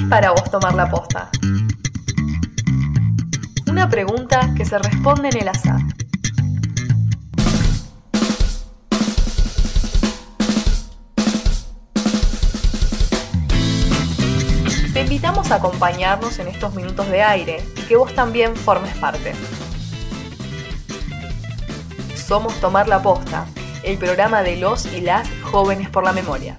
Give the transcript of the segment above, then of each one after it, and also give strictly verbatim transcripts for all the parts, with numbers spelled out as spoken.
para vos tomar la posta? Una pregunta que se responde en el azar. Te invitamos a acompañarnos en estos minutos de aire y que vos también formes parte. Somos Tomar la Posta, el programa de los y las jóvenes por la memoria.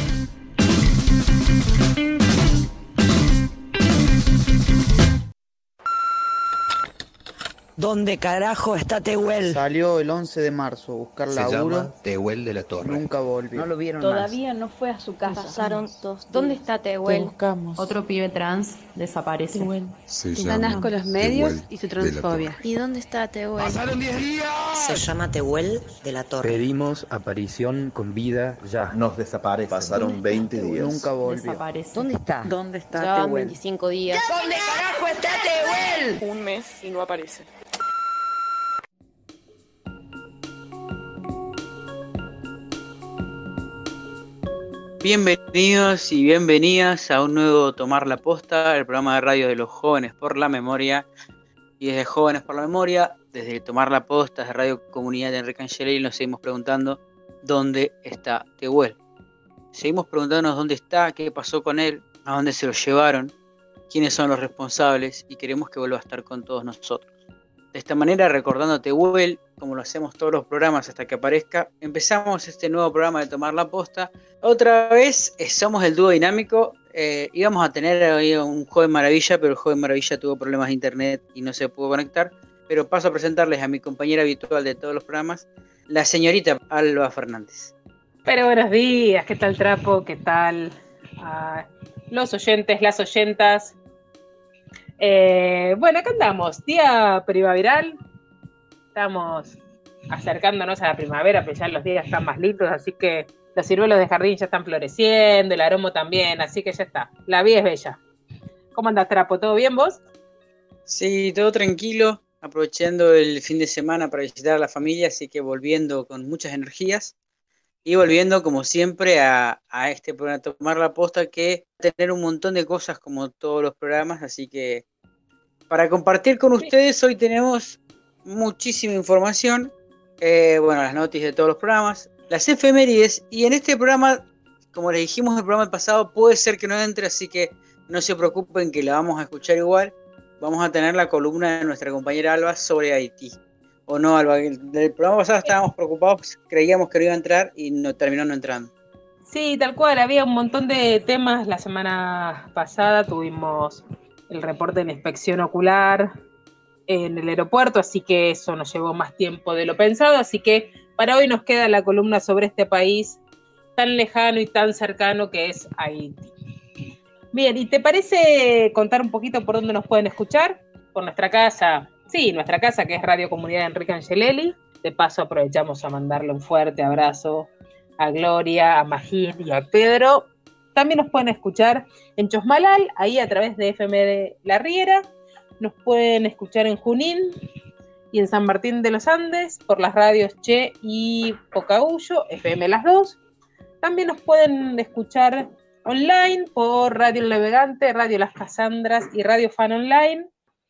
¿Dónde carajo está Tehuel? Salió el once de marzo a buscar Se laburo. llama Tehuel de la Torre. Nunca volvió. No lo vieron Todavía más. no fue a su casa. Pasaron dos días. ¿Dónde está Te Tehuel? buscamos. Otro pibe trans desaparece. Tehuel. Se Dan llama asco los medios Tehuel y su de la transfobia. Torre. ¿Y dónde está Tehuel? ¡Pasaron diez días! Se llama Tehuel de la Torre. Pedimos aparición con vida ya. Nos desaparece. Pasaron veinte días. Nunca volvió. Desaparece. ¿Dónde está? ¿Dónde está Llevan Tehuel? veinticinco días. ¿Dónde carajo está Tehuel? Un mes y no aparece. Bienvenidos y bienvenidas a un nuevo Tomar la Posta, el programa de radio de los jóvenes por la memoria. Y desde Jóvenes por la Memoria, desde Tomar la Posta, de Radio Comunidad de Enrique Angelelli, nos seguimos preguntando dónde está Tehuel. Seguimos preguntándonos dónde está, qué pasó con él, a dónde se lo llevaron, quiénes son los responsables, y queremos que vuelva a estar con todos nosotros. De esta manera, recordando a Tehuel, como lo hacemos todos los programas hasta que aparezca, empezamos este nuevo programa de Tomar la Posta. Otra vez eh, somos el dúo dinámico. Eh, íbamos a tener hoy un joven maravilla, pero el joven maravilla tuvo problemas de internet y no se pudo conectar. Pero paso a presentarles a mi compañera habitual de todos los programas, la señorita Alba Fernández. Pero buenos días, ¿qué tal Trapo? ¿Qué tal uh, los oyentes, las oyentas? Eh, bueno, acá andamos, día primaveral, estamos acercándonos a la primavera, pero ya los días están más lindos, así que los ciruelos de jardín ya están floreciendo, el aromo también, así que ya está, la vida es bella. ¿Cómo andás, Trapo? ¿Todo bien vos? Sí, todo tranquilo, aprovechando el fin de semana para visitar a la familia, así que volviendo con muchas energías y volviendo como siempre a, a este programa, a Tomar la Posta, que va a tener un montón de cosas como todos los programas, así que para compartir con ustedes hoy tenemos muchísima información, eh, bueno, las noticias de todos los programas, las efemérides, y en este programa, como les dijimos en el programa pasado, puede ser que no entre, así que no se preocupen que la vamos a escuchar igual. Vamos a tener la columna de nuestra compañera Alba sobre Haití. ¿O no, Alba? Del programa pasado estábamos preocupados, creíamos que no iba a entrar y no terminó no entrando. Sí, tal cual, había un montón de temas. La semana pasada tuvimos el reporte de la inspección ocular en el aeropuerto, así que eso nos llevó más tiempo de lo pensado, así que para hoy nos queda la columna sobre este país tan lejano y tan cercano que es Haití. Bien, ¿y te parece contar un poquito por dónde nos pueden escuchar? Por nuestra casa, sí, nuestra casa que es Radio Comunidad de Enrique Angelelli. De paso aprovechamos a mandarle un fuerte abrazo a Gloria, a Magín y a Pedro. También nos pueden escuchar en Chosmalal, ahí a través de F M de La Riera. Nos pueden escuchar en Junín y en San Martín de los Andes por las radios Che y Pocahuyo, F M las dos. También nos pueden escuchar online por Radio El Navegante, Radio Las Casandras y Radio Fan Online.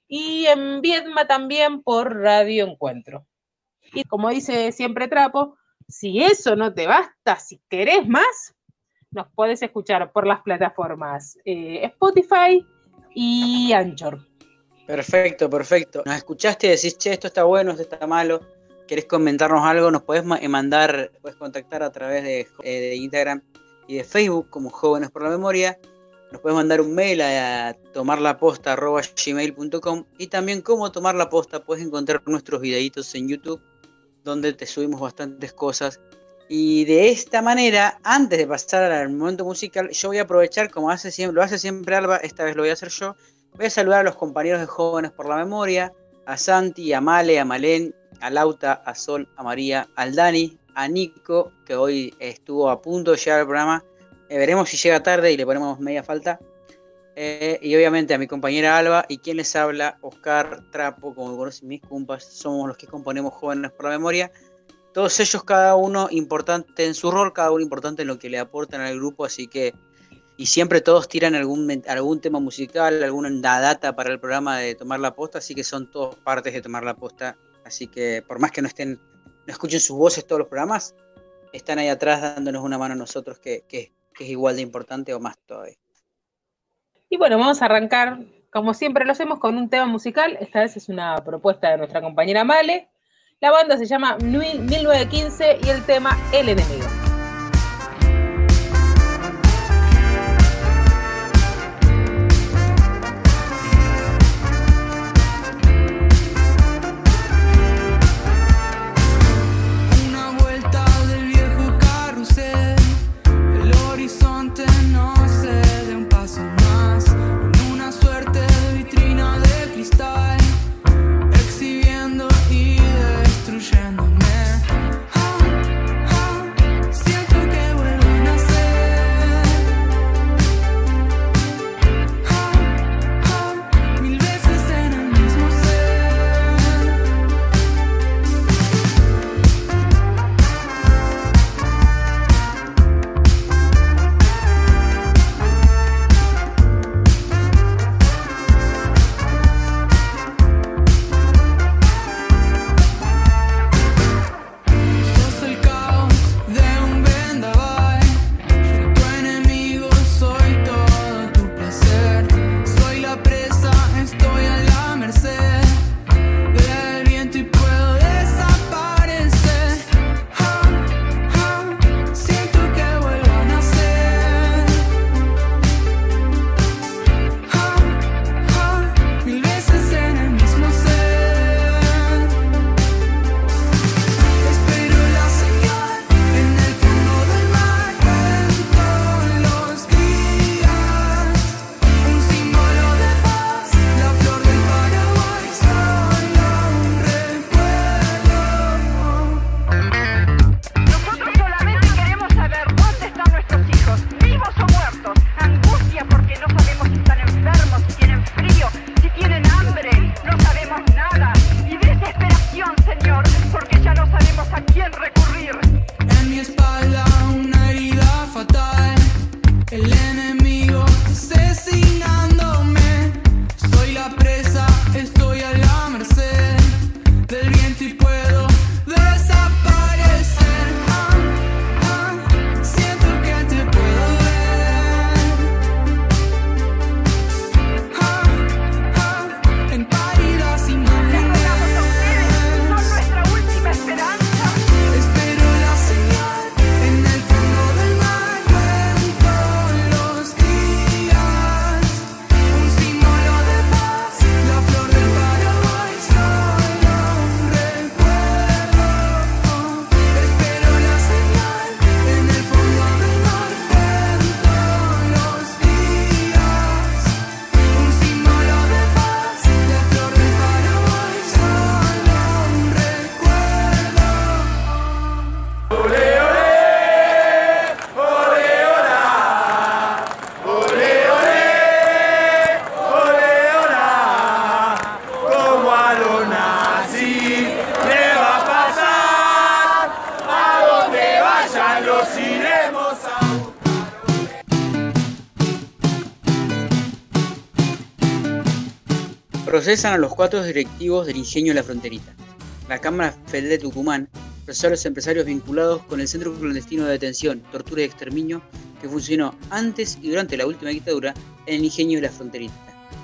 Y en Viedma también por Radio Encuentro. Y como dice siempre Trapo, si eso no te basta, si querés más, nos podés escuchar por las plataformas eh, Spotify y Anchor. Perfecto, perfecto. Nos escuchaste y decís, che, esto está bueno, esto está malo. ¿Querés comentarnos algo? Nos podés mandar, podés contactar a través de, eh, de Instagram y de Facebook como Jóvenes por la Memoria. Nos podés mandar un mail a tomarlaposta arroba gmail punto com y también como Tomar la Posta puedes encontrar nuestros videitos en YouTube donde te subimos bastantes cosas. Y de esta manera, antes de pasar al momento musical, yo voy a aprovechar, como hace siempre, lo hace siempre Alba, esta vez lo voy a hacer yo. Voy a saludar a los compañeros de Jóvenes por la Memoria, a Santi, a Male, a Malén, a Lauta, a Sol, a María, al Dani, a Nico, que hoy estuvo a punto de llegar al programa. Eh, veremos si llega tarde y le ponemos media falta. Eh, y obviamente a mi compañera Alba y quien les habla, Oscar Trapo, como conocen mis compas, somos los que componemos Jóvenes por la Memoria. Todos ellos, cada uno importante en su rol, cada uno importante en lo que le aportan al grupo, así que y siempre todos tiran algún, algún tema musical, alguna data para el programa de Tomar la Posta, así que son todos partes de Tomar la Posta, así que por más que no estén, no escuchen sus voces todos los programas, están ahí atrás dándonos una mano a nosotros, que, que, que es igual de importante o más todavía. Y bueno, vamos a arrancar, como siempre lo hacemos, con un tema musical. Esta vez es una propuesta de nuestra compañera Male. La banda se llama mil novecientos quince y el tema El Enemigo. Procesan a los cuatro directivos del ingenio La Fronterita. La Cámara Federal de Tucumán procesó a los empresarios vinculados con el Centro Clandestino de Detención, Tortura y Exterminio que funcionó antes y durante la última dictadura en el ingenio de La Fronterita.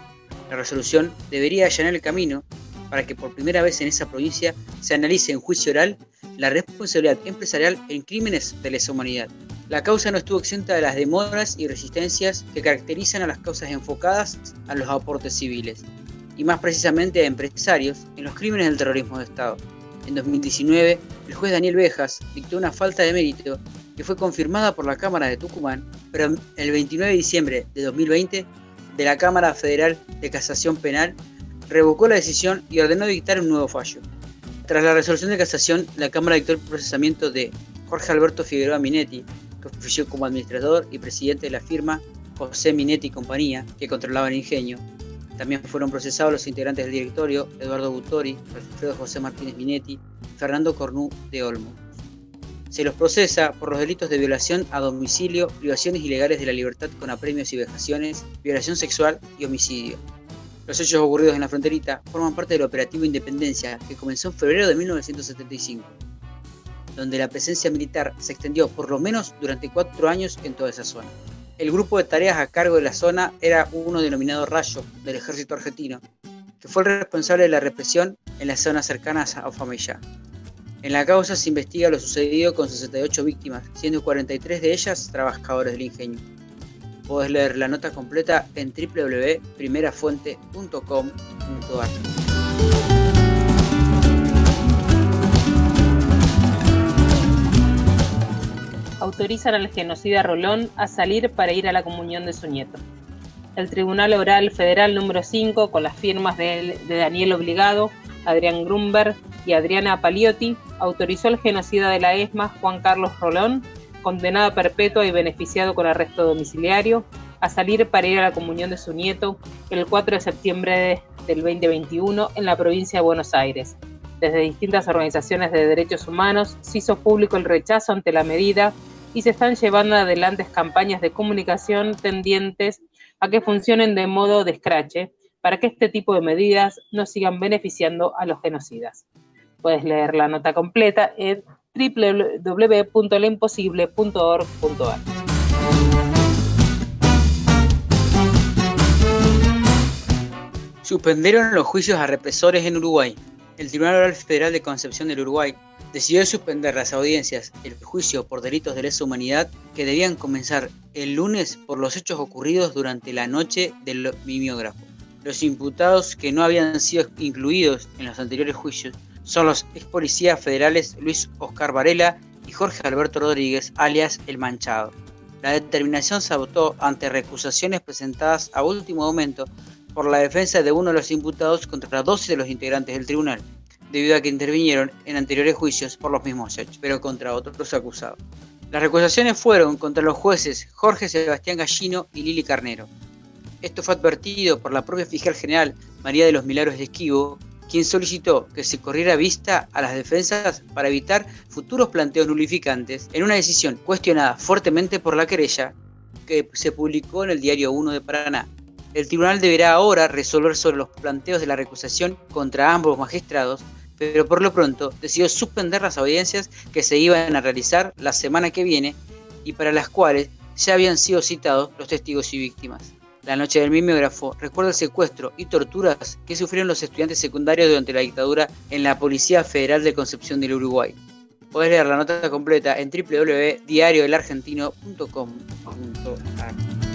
La resolución debería allanar el camino para que por primera vez en esa provincia se analice en juicio oral la responsabilidad empresarial en crímenes de lesa humanidad. La causa no estuvo exenta de las demoras y resistencias que caracterizan a las causas enfocadas a los aportes civiles, y más precisamente a empresarios en los crímenes del terrorismo de Estado. En dos mil diecinueve, el juez Daniel Bejas dictó una falta de mérito que fue confirmada por la Cámara de Tucumán, pero el veintinueve de diciembre de dos mil veinte, de la Cámara Federal de Casación Penal revocó la decisión y ordenó dictar un nuevo fallo. Tras la resolución de casación, la Cámara dictó el procesamiento de Jorge Alberto Figueroa Minetti, que ofició como administrador y presidente de la firma José Minetti y Compañía, que controlaba el ingenio. También fueron procesados los integrantes del directorio, Eduardo Butori, Alfredo José Martínez Minetti, Fernando Cornú de Olmo. Se los procesa por los delitos de violación a domicilio, privaciones ilegales de la libertad con apremios y vejaciones, violación sexual y homicidio. Los hechos ocurridos en la fronterita forman parte del operativo Independencia, que comenzó en febrero de mil novecientos setenta y cinco, donde la presencia militar se extendió por lo menos durante cuatro años en toda esa zona. El grupo de tareas a cargo de la zona era uno denominado Rayo, del ejército argentino, que fue el responsable de la represión en las zonas cercanas a Ofamillá. En la causa se investiga lo sucedido con sesenta y ocho víctimas, siendo cuarenta y tres de ellas trabajadores del ingenio. Podés leer la nota completa en doble u doble u doble u punto primera fuente punto com punto a r. Autorizan al genocida Rolón a salir para ir a la comunión de su nieto. El Tribunal Oral Federal número cinco, con las firmas de, de Daniel Obligado, Adrián Grunberg y Adriana Paliotti, autorizó al genocida de la E S M A, Juan Carlos Rolón, condenado a perpetua y beneficiado con arresto domiciliario, a salir para ir a la comunión de su nieto el cuatro de septiembre del veinte veintiuno en la provincia de Buenos Aires. Desde distintas organizaciones de derechos humanos se hizo público el rechazo ante la medida y se están llevando adelante campañas de comunicación tendientes a que funcionen de modo de escrache para que este tipo de medidas no sigan beneficiando a los genocidas. Puedes leer la nota completa en doble u doble u doble u punto lo imposible punto org punto a r. Suspendieron los juicios a represores en Uruguay. El Tribunal Oral Federal de Concepción del Uruguay decidió suspender las audiencias del juicio por delitos de lesa humanidad que debían comenzar el lunes por los hechos ocurridos durante la noche del mimeógrafo. Los imputados que no habían sido incluidos en los anteriores juicios son los ex policías federales Luis Oscar Varela y Jorge Alberto Rodríguez, alias El Manchado. La determinación se adoptó ante recusaciones presentadas a último momento por la defensa de uno de los imputados contra doce de los integrantes del tribunal, debido a que intervinieron en anteriores juicios por los mismos hechos, pero contra otros acusados. Las recusaciones fueron contra los jueces Jorge Sebastián Gallino y Lili Carnero. Esto fue advertido por la propia fiscal general María de los Milagros de Esquivo, quien solicitó que se corriera vista a las defensas para evitar futuros planteos nulificantes en una decisión cuestionada fuertemente por la querella que se publicó en el Diario uno de Paraná. El tribunal deberá ahora resolver sobre los planteos de la recusación contra ambos magistrados, pero por lo pronto decidió suspender las audiencias que se iban a realizar la semana que viene y para las cuales ya habían sido citados los testigos y víctimas. La noche del mimeógrafo recuerda el secuestro y torturas que sufrieron los estudiantes secundarios durante la dictadura en la Policía Federal de Concepción del Uruguay. Podés leer la nota completa en doble u doble u doble u punto diario del argentino punto com punto a r.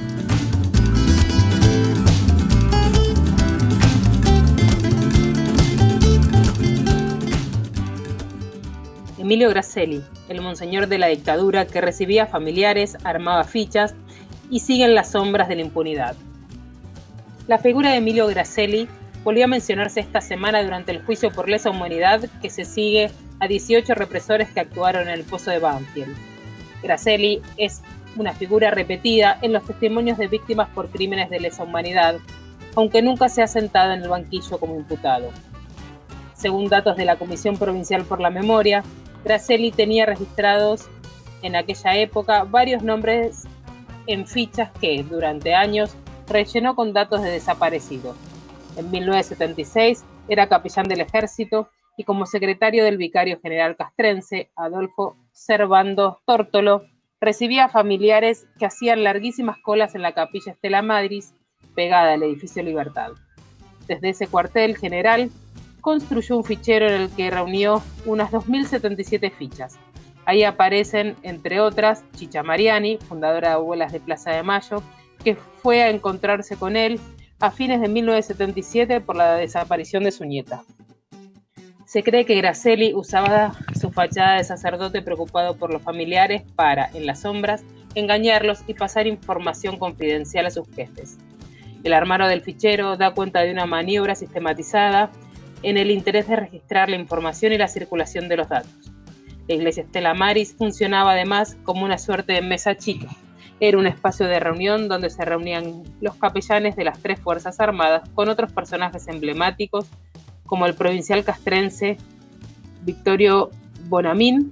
Emilio Gracelli, el monseñor de la dictadura que recibía familiares, armaba fichas y sigue en las sombras de la impunidad. La figura de Emilio Gracelli volvió a mencionarse esta semana durante el juicio por lesa humanidad que se sigue a dieciocho represores que actuaron en el pozo de Banfield. Gracelli es una figura repetida en los testimonios de víctimas por crímenes de lesa humanidad, aunque nunca se ha sentado en el banquillo como imputado. Según datos de la Comisión Provincial por la Memoria, Gracelli tenía registrados en aquella época varios nombres en fichas que, durante años, rellenó con datos de desaparecidos. En mil novecientos setenta y seis era capellán del ejército y como secretario del vicario general castrense, Adolfo Servando Tórtolo, recibía familiares que hacían larguísimas colas en la capilla Estela Madris, pegada al edificio Libertad. Desde ese cuartel general, construyó un fichero en el que reunió unas dos mil setenta y siete fichas. Ahí aparecen, entre otras, Chicha Mariani, fundadora de Abuelas de Plaza de Mayo, que fue a encontrarse con él a fines de mil novecientos setenta y siete por la desaparición de su nieta. Se cree que Gracelli usaba su fachada de sacerdote preocupado por los familiares para, en las sombras, engañarlos y pasar información confidencial a sus jefes. El armario del fichero da cuenta de una maniobra sistematizada en el interés de registrar la información y la circulación de los datos. La iglesia Estela Maris funcionaba además como una suerte de mesa chica. Era un espacio de reunión donde se reunían los capellanes de las tres Fuerzas Armadas con otros personajes emblemáticos como el provincial castrense Victorio Bonamín,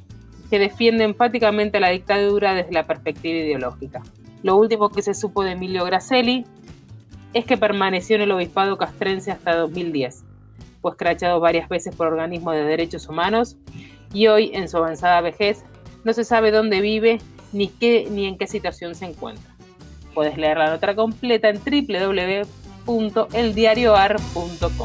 que defiende enfáticamente la dictadura desde la perspectiva ideológica. Lo último que se supo de Emilio Gracelli es que permaneció en el obispado castrense hasta dos mil diez, fue escrachado varias veces por organismos de derechos humanos y hoy, en su avanzada vejez, no se sabe dónde vive ni, qué, ni en qué situación se encuentra. Puedes leer la nota completa en doble u doble u doble u punto el diario a r punto com.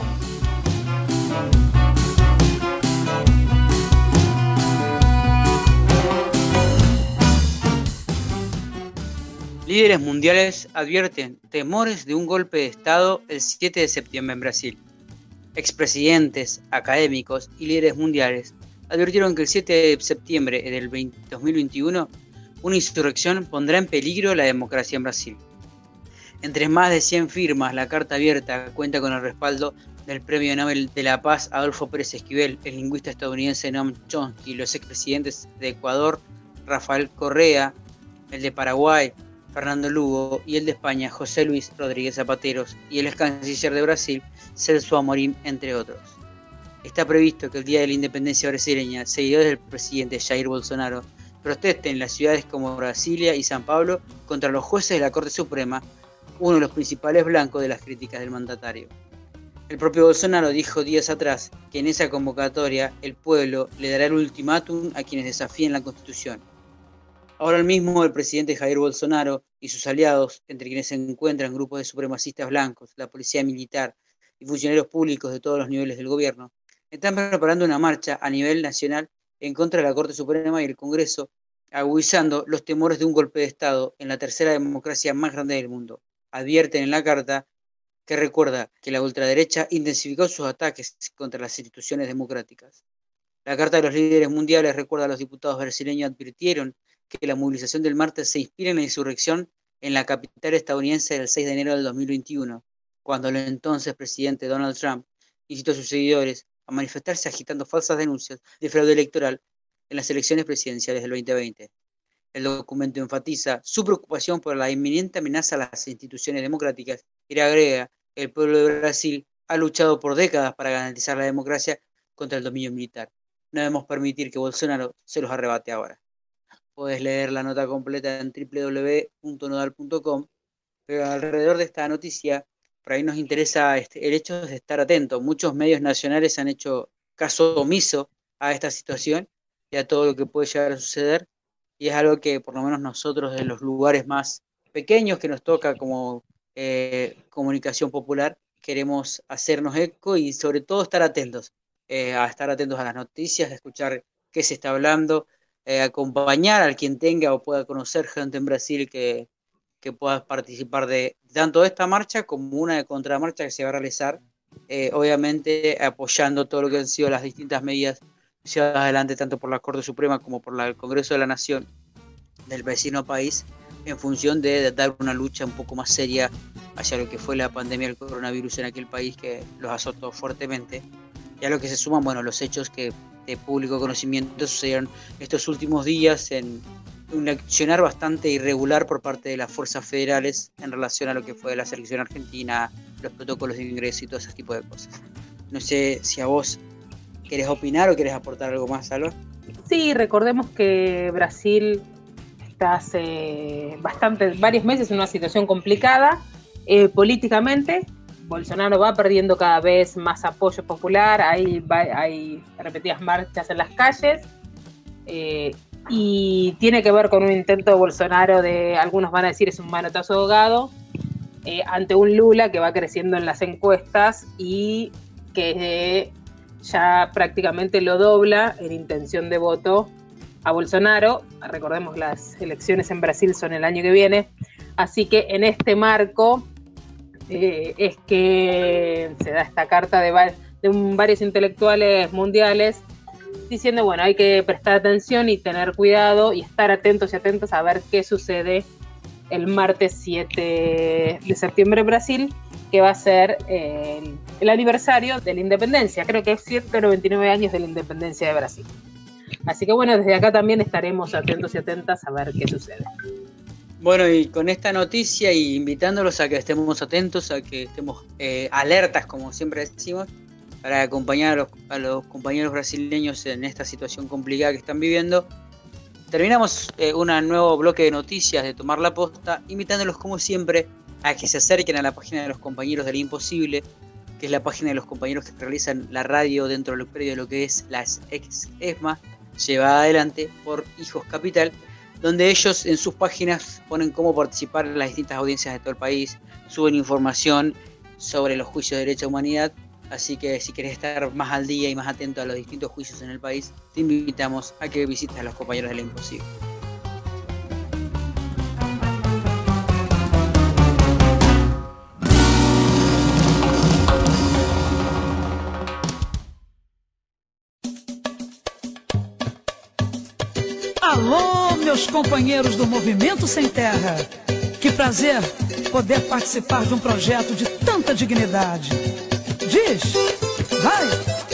Líderes mundiales advierten temores de un golpe de Estado el siete de septiembre en Brasil. Expresidentes, académicos y líderes mundiales advirtieron que el siete de septiembre del dos mil veintiuno una insurrección pondrá en peligro la democracia en Brasil. Entre más de cien firmas, la carta abierta cuenta con el respaldo del Premio Nobel de la Paz Adolfo Pérez Esquivel, el lingüista estadounidense Noam Chomsky, los expresidentes de Ecuador, Rafael Correa, el de Paraguay, Fernando Lugo, y el de España, José Luis Rodríguez Zapatero, y el ex canciller de Brasil, Celso Amorim, entre otros. Está previsto que el día de la independencia brasileña, seguidores del presidente Jair Bolsonaro protesten en las ciudades como Brasilia y San Pablo contra los jueces de la Corte Suprema, uno de los principales blancos de las críticas del mandatario. El propio Bolsonaro dijo días atrás que en esa convocatoria el pueblo le dará el ultimátum a quienes desafíen la Constitución. Ahora mismo el presidente Jair Bolsonaro y sus aliados, entre quienes se encuentran grupos de supremacistas blancos, la policía militar y funcionarios públicos de todos los niveles del gobierno, están preparando una marcha a nivel nacional en contra de la Corte Suprema y el Congreso, agudizando los temores de un golpe de Estado en la tercera democracia más grande del mundo. Advierten en la carta que recuerda que la ultraderecha intensificó sus ataques contra las instituciones democráticas. La carta de los líderes mundiales recuerda a los diputados brasileños advirtieron que la movilización del martes se inspira en la insurrección en la capital estadounidense del seis de enero del dos mil veintiuno, cuando el entonces presidente Donald Trump incitó a sus seguidores a manifestarse agitando falsas denuncias de fraude electoral en las elecciones presidenciales del veinte veinte. El documento enfatiza su preocupación por la inminente amenaza a las instituciones democráticas y agrega que el pueblo de Brasil ha luchado por décadas para garantizar la democracia contra el dominio militar. No debemos permitir que Bolsonaro se los arrebate ahora. Puedes leer la nota completa en doble u doble u doble u punto nodal punto com, pero alrededor de esta noticia, por ahí nos interesa este, el hecho de estar atentos. Muchos medios nacionales han hecho caso omiso a esta situación y a todo lo que puede llegar a suceder, y es algo que por lo menos nosotros de los lugares más pequeños que nos toca como eh, comunicación popular, queremos hacernos eco y sobre todo estar atentos, eh, a estar atentos a las noticias, a escuchar qué se está hablando, Eh, acompañar a quien tenga o pueda conocer gente en Brasil que, que pueda participar de tanto de esta marcha como una de contramarcha que se va a realizar, eh, obviamente apoyando todo lo que han sido las distintas medidas llevadas adelante tanto por la Corte Suprema como por la, el Congreso de la Nación del vecino país, en función de, de dar una lucha un poco más seria hacia lo que fue la pandemia del coronavirus en aquel país que los azotó fuertemente, y a lo que se suman, bueno, los hechos que de público conocimiento sucedieron estos últimos días en un accionar bastante irregular por parte de las fuerzas federales en relación a lo que fue la selección argentina, los protocolos de ingreso y todo ese tipo de cosas. No sé si a vos querés opinar o querés aportar algo más, Salva. Sí, recordemos que Brasil está hace bastante, varios meses en una situación complicada eh, políticamente. Bolsonaro va perdiendo cada vez más apoyo popular, hay, hay repetidas marchas en las calles, eh, y tiene que ver con un intento de Bolsonaro de, algunos van a decir es un manotazo ahogado, eh, ante un Lula que va creciendo en las encuestas y que eh, ya prácticamente lo dobla en intención de voto a Bolsonaro. Recordemos, las elecciones en Brasil son el año que viene, así que en este marco Eh, es que se da esta carta de, de un, varios intelectuales mundiales diciendo, bueno, hay que prestar atención y tener cuidado y estar atentos y atentos a ver qué sucede el martes siete de septiembre en Brasil, que va a ser eh, el, el aniversario de la independencia. Creo que es ciento noventa y nueve años de la independencia de Brasil. Así que bueno, desde acá también estaremos atentos y atentas a ver qué sucede. Bueno, y con esta noticia y invitándolos a que estemos atentos, a que estemos eh, alertas, como siempre decimos, para acompañar a los, a los compañeros brasileños en esta situación complicada que están viviendo, terminamos eh, un nuevo bloque de noticias de Tomar la Posta, invitándolos como siempre a que se acerquen a la página de los compañeros del Imposible, que es la página de los compañeros que realizan la radio dentro del predio de lo que es la ex ESMA, llevada adelante por Hijos Capital, donde ellos en sus páginas ponen cómo participar en las distintas audiencias de todo el país, suben información sobre los juicios de derecha humanidad, así que si querés estar más al día y más atento a los distintos juicios en el país, te invitamos a que visites a los compañeros del Imposible. Alô, meus companheiros do Movimento Sem Terra. Que prazer poder participar de um projeto de tanta dignidade. Diz, vai.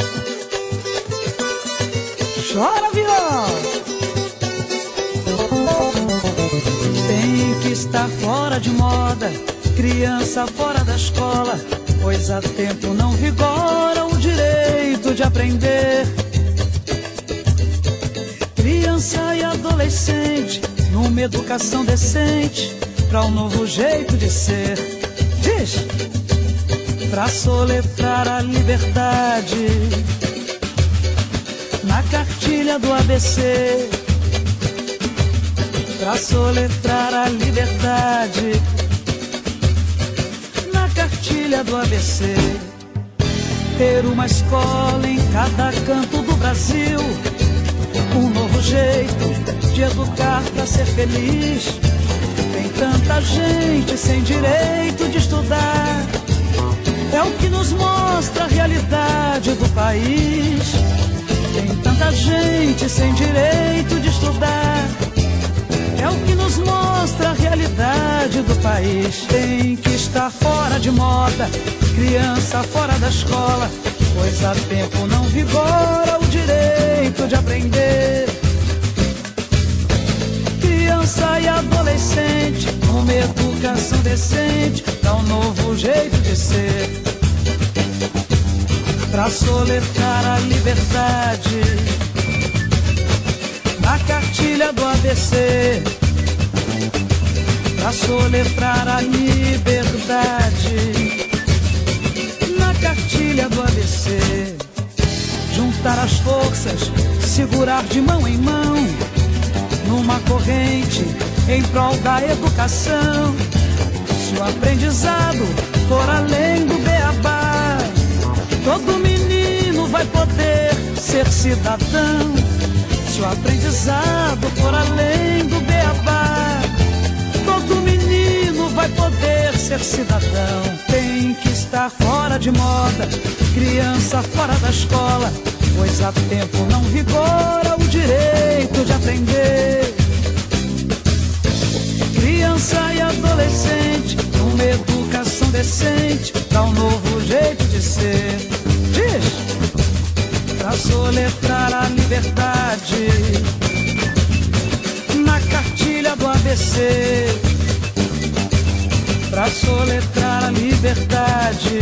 Chora, viola. Tem que estar fora de moda, criança fora da escola, pois há tempo não vigora o direito de aprender. Criança e adolescente, numa educação decente, pra um novo jeito de ser. Diz! Pra soletrar a liberdade na cartilha do A B C. Pra soletrar a liberdade na cartilha do A B C. Ter uma escola em cada canto do Brasil, um novo jeito de educar pra ser feliz. Tem tanta gente sem direito de estudar, é o que nos mostra a realidade do país. Tem tanta gente sem direito de estudar, é o que nos mostra a realidade do país. Tem que estar fora de moda, criança fora da escola, pois há tempo não vigora o direito de aprender. Criança e adolescente, uma educação decente, dá um novo jeito de ser. Pra soletrar a liberdade na cartilha do A B C. Pra soletrar a liberdade na cartilha do A B C. Juntar as forças, segurar de mão em mão, numa corrente em prol da educação. Se o aprendizado for além do beabá, todo menino vai poder ser cidadão. Se o aprendizado for além do beabá, todo menino vai poder ser cidadão. Tem que estar fora de moda, criança fora da escola, pois há tempo não vigora o direito de aprender. Criança e adolescente, uma educação decente, dá um novo jeito de ser. Diz! Pra soletrar a liberdade na cartilha do A B C. Pra soletrar a liberdade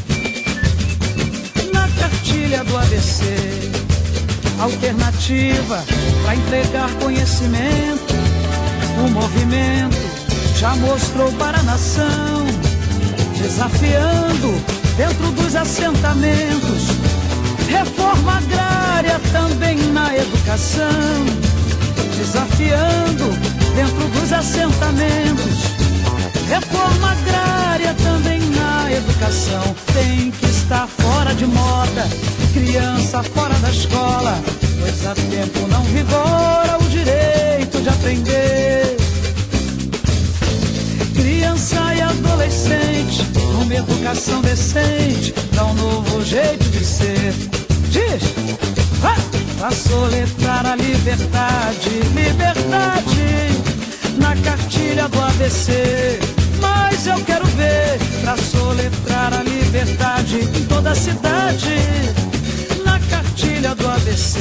na cartilha do A B C. Alternativa pra entregar conhecimento, o movimento já mostrou para a nação, desafiando dentro dos assentamentos, reforma agrária também na educação, desafiando dentro dos assentamentos, reforma agrária também na educação. Tem que estar fora de moda, criança fora da escola, pois há tempo não vigora o direito de aprender. Criança e adolescente, uma educação decente, dá um novo jeito de ser. Diz! Vai! Pra soletrar a liberdade, liberdade na cartilha do A B C. Mas eu quero ver pra soletrar a liberdade em toda a cidade, na cartilha do A B C.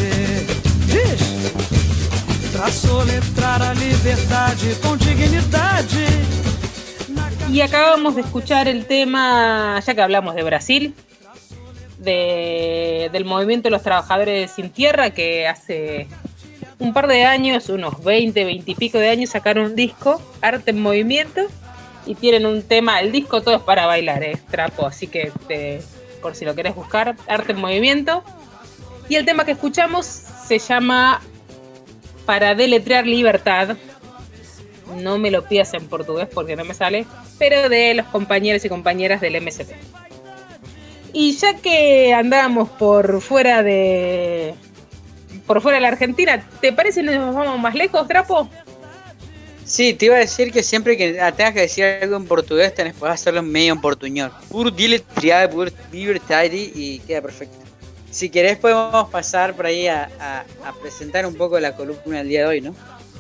Diz! Pra soletrar a liberdade com dignidade. Y acabamos de escuchar el tema, ya que hablamos de Brasil, de, del movimiento de los trabajadores sin tierra, que hace un par de años, unos veinte, veinte y pico de años, sacaron un disco, Arte en Movimiento, y tienen un tema, el disco todo es para bailar, es trapo, así que te, por si lo querés buscar, Arte en Movimiento. Y el tema que escuchamos se llama Para deletrear libertad. No me lo pidas en portugués porque no me sale, pero de los compañeros y compañeras del M S T. Y ya que andamos por fuera de por fuera de la Argentina, ¿te parece que nos vamos más lejos, Trapo? Sí, te iba a decir que siempre que tengas que decir algo en portugués, tenés que hacerlo medio en portuñol. Por deletrear, por libertad, y queda perfecto. Si querés podemos pasar por ahí a, a, a presentar un poco la columna del día de hoy, ¿no?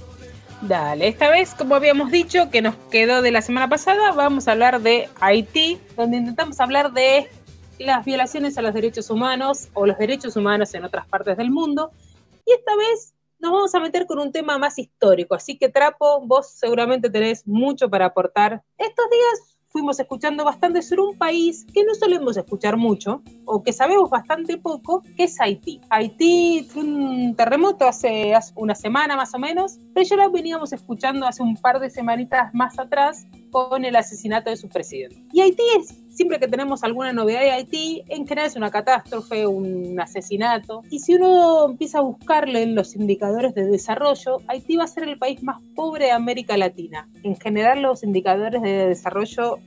Dale, esta vez, como habíamos dicho, que nos quedó de la semana pasada, vamos a hablar de Haití, donde intentamos hablar de las violaciones a los derechos humanos o los derechos humanos en otras partes del mundo. Y esta vez nos vamos a meter con un tema más histórico, así que Trapo, vos seguramente tenés mucho para aportar. Estos días fuimos escuchando bastante sobre un país que no solemos escuchar mucho, o que sabemos bastante poco, que es Haití. Haití fue un terremoto hace, hace una semana más o menos, pero ya lo veníamos escuchando hace un par de semanitas más atrás con el asesinato de su presidente. Y Haití es, siempre que tenemos alguna novedad de Haití, en general es una catástrofe, un asesinato. Y si uno empieza a buscarle en los indicadores de desarrollo, Haití va a ser el país más pobre de América Latina. En general los indicadores de desarrollo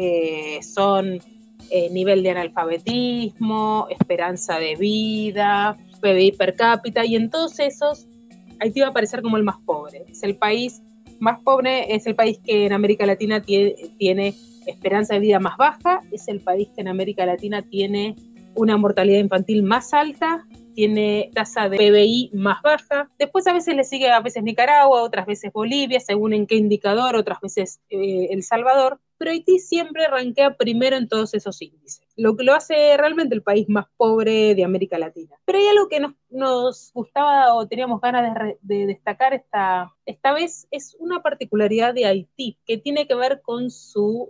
eh, son eh, nivel de analfabetismo, esperanza de vida, P B I per cápita, y en todos esos Haití va a aparecer como el más pobre. Es el país más pobre, es el país que en América Latina tiene, tiene esperanza de vida más baja, es el país que en América Latina tiene una mortalidad infantil más alta, tiene tasa de P B I más baja. Después a veces le sigue a veces Nicaragua, otras veces Bolivia, según en qué indicador, otras veces eh, El Salvador, pero Haití siempre rankea primero en todos esos índices, lo que lo hace realmente el país más pobre de América Latina. Pero hay algo que nos, nos gustaba o teníamos ganas de, re, de destacar esta, esta vez, es una particularidad de Haití, que tiene que ver con su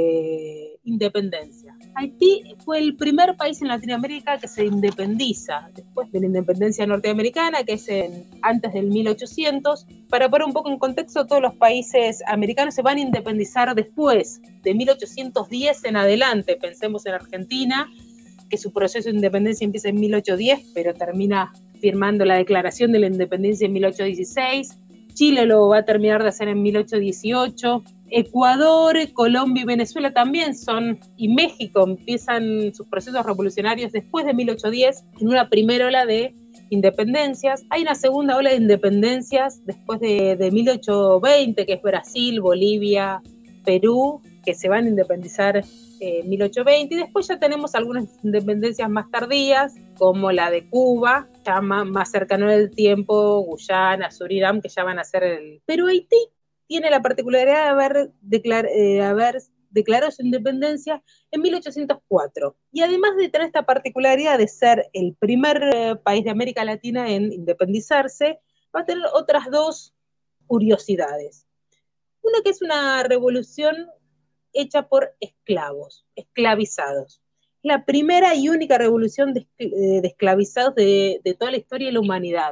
Eh, independencia. Haití fue el primer país en Latinoamérica que se independiza después de la independencia norteamericana, que es en, antes del mil ochocientos. Para poner un poco en contexto, todos los países americanos se van a independizar después de mil ochocientos diez en adelante. Pensemos en Argentina, que su proceso de independencia empieza en mil ochocientos diez, pero termina firmando la Declaración de la Independencia en mil ochocientos dieciséis. Chile lo va a terminar de hacer en mil ochocientos dieciocho. Ecuador, Colombia y Venezuela también son, y México empiezan sus procesos revolucionarios después de mil ochocientos diez, en una primera ola de independencias. Hay una segunda ola de independencias después de, de mil ochocientos veinte, que es Brasil, Bolivia, Perú, que se van a independizar en eh, mil ochocientos veinte, y después ya tenemos algunas independencias más tardías, como la de Cuba, ya más, más cercano en el tiempo, Guyana, Surinam, que ya van a ser el... Pero Haití tiene la particularidad de haber, declar, eh, haber declarado su independencia en mil ochocientos cuatro. Y además de tener esta particularidad de ser el primer eh, país de América Latina en independizarse, va a tener otras dos curiosidades. Una que es una revolución hecha por esclavos, esclavizados. La primera y única revolución de, de esclavizados de, de toda la historia de la humanidad.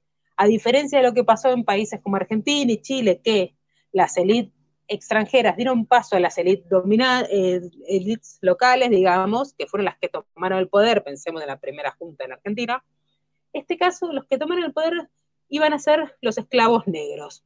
A diferencia de lo que pasó en países como Argentina y Chile, que las élites extranjeras dieron paso a las élites dominadas, eh, élites locales, digamos, que fueron las que tomaron el poder, pensemos en la primera junta en Argentina. En este caso, los que tomaron el poder iban a ser los esclavos negros.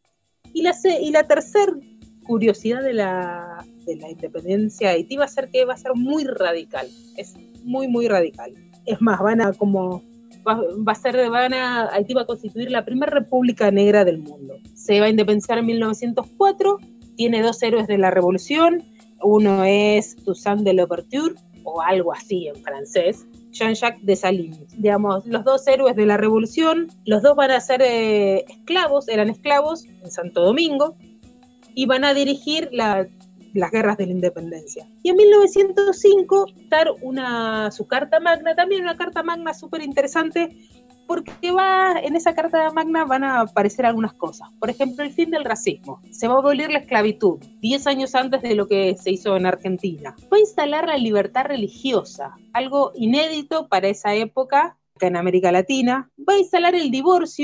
Y la, y la tercera curiosidad de la, de la independencia de Haití va a ser que va a ser muy radical, es muy, muy radical. Es más, van a como... Va, va a ser, van a, Haití va a constituir la primera república negra del mundo. Se va a independizar en mil novecientos cuatro, tiene dos héroes de la revolución, uno es Toussaint de Louverture, o algo así en francés, Jean-Jacques Dessalines. Digamos, los dos héroes de la revolución, los dos van a ser eh, esclavos, eran esclavos en Santo Domingo, y van a dirigir la... las guerras de la independencia. Y en mil novecientos cinco dar una, su carta magna, también una carta magna súper interesante, porque va, en esa carta magna van a aparecer algunas cosas. Por ejemplo, el fin del racismo. Se va a abolir la esclavitud, diez años antes de lo que se hizo en Argentina. Va a instalar la libertad religiosa, algo inédito para esa época, acá en América Latina. Va a instalar el divorcio,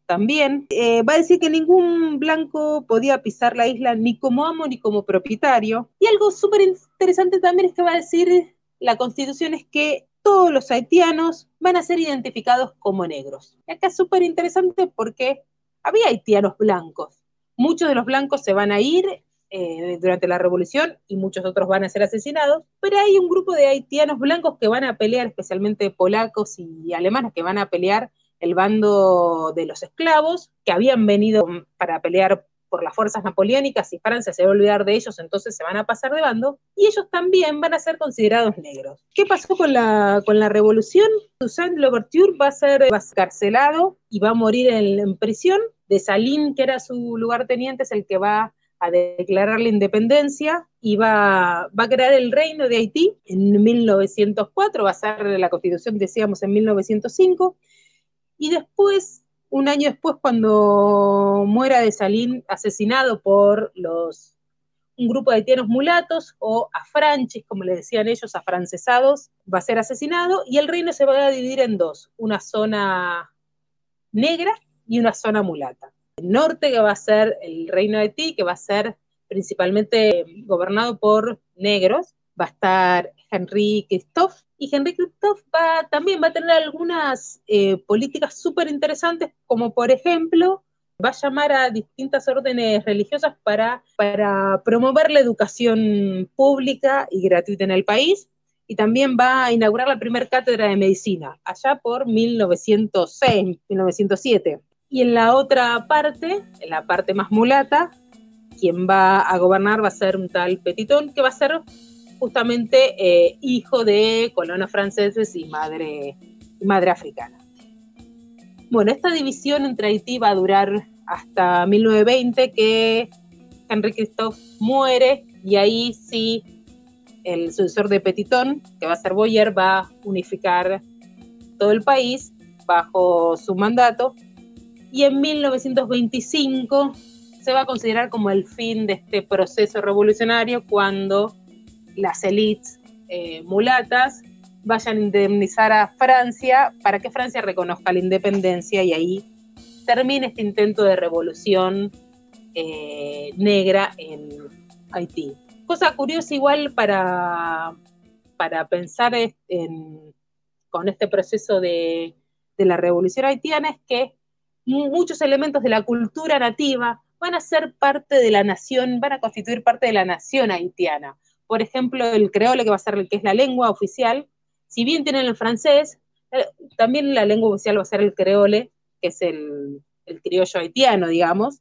también, eh, va a decir que ningún blanco podía pisar la isla ni como amo ni como propietario. Y algo súper interesante también es que va a decir la Constitución es que todos los haitianos van a ser identificados como negros. Y acá es súper interesante porque había haitianos blancos. Muchos de los blancos se van a ir eh, durante la revolución y muchos otros van a ser asesinados, pero hay un grupo de haitianos blancos que van a pelear, especialmente polacos y alemanes, que van a pelear el bando de los esclavos, que habían venido para pelear por las fuerzas napoleónicas y Francia se va a olvidar de ellos, entonces se van a pasar de bando, y ellos también van a ser considerados negros. ¿Qué pasó con la, con la revolución? Toussaint Louverture va a ser encarcelado y va a morir en, en prisión. Dessalines, que era su lugarteniente, es el que va a declarar la independencia y va, va a crear el reino de Haití en mil novecientos cuatro, va a ser la constitución, decíamos, en mil novecientos cinco, y después, un año después, cuando muera Dessalines, asesinado por los, un grupo de haitianos mulatos, o afranchis, como le decían ellos, afrancesados, va a ser asesinado, y el reino se va a dividir en dos, una zona negra y una zona mulata. El norte, que va a ser el reino de Haití, que va a ser principalmente gobernado por negros, va a estar Henri Christophe, y Henri Christophe va, también va a tener algunas eh, políticas súper interesantes, como por ejemplo, va a llamar a distintas órdenes religiosas para, para promover la educación pública y gratuita en el país, y también va a inaugurar la primera cátedra de medicina, allá por mil novecientos seis, mil novecientos siete. Y en la otra parte, en la parte más mulata, quien va a gobernar va a ser un tal Petitón, que va a ser justamente eh, hijo de colonos franceses y madre, madre africana. Bueno, esta división entre Haití va a durar hasta mil novecientos veinte, que Henri Christophe muere, y ahí sí el sucesor de Petitón, que va a ser Boyer, va a unificar todo el país bajo su mandato, y en mil novecientos veinticinco se va a considerar como el fin de este proceso revolucionario, cuando las élites eh, mulatas vayan a indemnizar a Francia para que Francia reconozca la independencia, y ahí termina este intento de revolución eh, negra en Haití. Cosa curiosa igual para, para pensar en, con este proceso de, de la revolución haitiana, es que muchos elementos de la cultura nativa van a ser parte de la nación, van a constituir parte de la nación haitiana. Por ejemplo, el creole, que va a ser el que es la lengua oficial, si bien tienen el francés, eh, también la lengua oficial va a ser el creole, que es el, el criollo haitiano, digamos,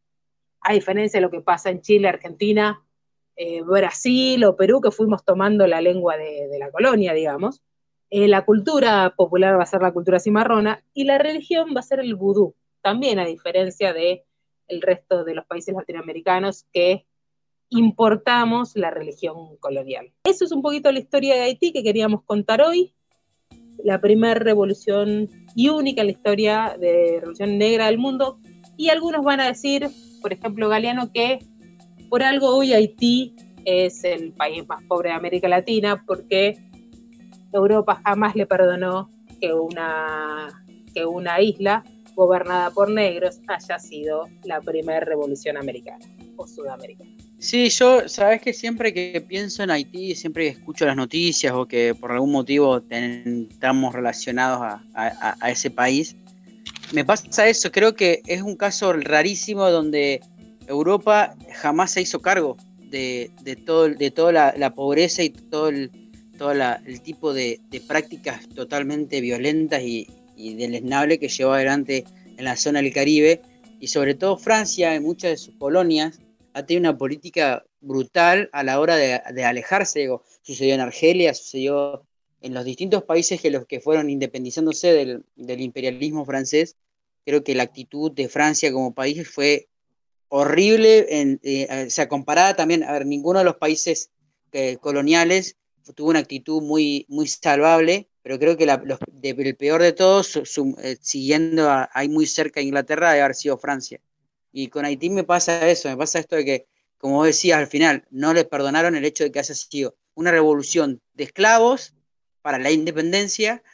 a diferencia de lo que pasa en Chile, Argentina, eh, Brasil o Perú, que fuimos tomando la lengua de, de la colonia, digamos. Eh, la cultura popular va a ser la cultura cimarrona, y la religión va a ser el vudú, también a diferencia del resto de los países latinoamericanos, que importamos la religión colonial. Eso es un poquito la historia de Haití que queríamos contar hoy, la primera revolución y única en la historia de revolución negra del mundo, y algunos van a decir, por ejemplo Galeano, que por algo hoy Haití es el país más pobre de América Latina, porque Europa jamás le perdonó que una, que una isla gobernada por negros haya sido la primera revolución americana o sudamericana. Sí, yo, sabes que siempre que pienso en Haití, siempre que escucho las noticias o que por algún motivo ten, estamos relacionados a, a, a ese país, me pasa eso. Creo que es un caso rarísimo donde Europa jamás se hizo cargo de, de, todo, de toda la, la pobreza y todo el, todo la, el tipo de, de prácticas totalmente violentas y, y deleznables que llevó adelante en la zona del Caribe, y sobre todo Francia, en muchas de sus colonias, ha tenido una política brutal a la hora de, de alejarse. Digo, sucedió en Argelia, sucedió en los distintos países que los que fueron independizándose del, del imperialismo francés. Creo que la actitud de Francia como país fue horrible, en, eh, o sea, comparada también, a ver, ninguno de los países eh, coloniales tuvo una actitud muy, muy salvable, pero creo que la, los, de, el peor de todos, su, su, eh, siguiendo a, ahí muy cerca de Inglaterra, debe haber sido Francia. Y con Haití me pasa eso, me pasa esto de que, como vos decías al final, no les perdonaron el hecho de que haya sido una revolución de esclavos para la independencia,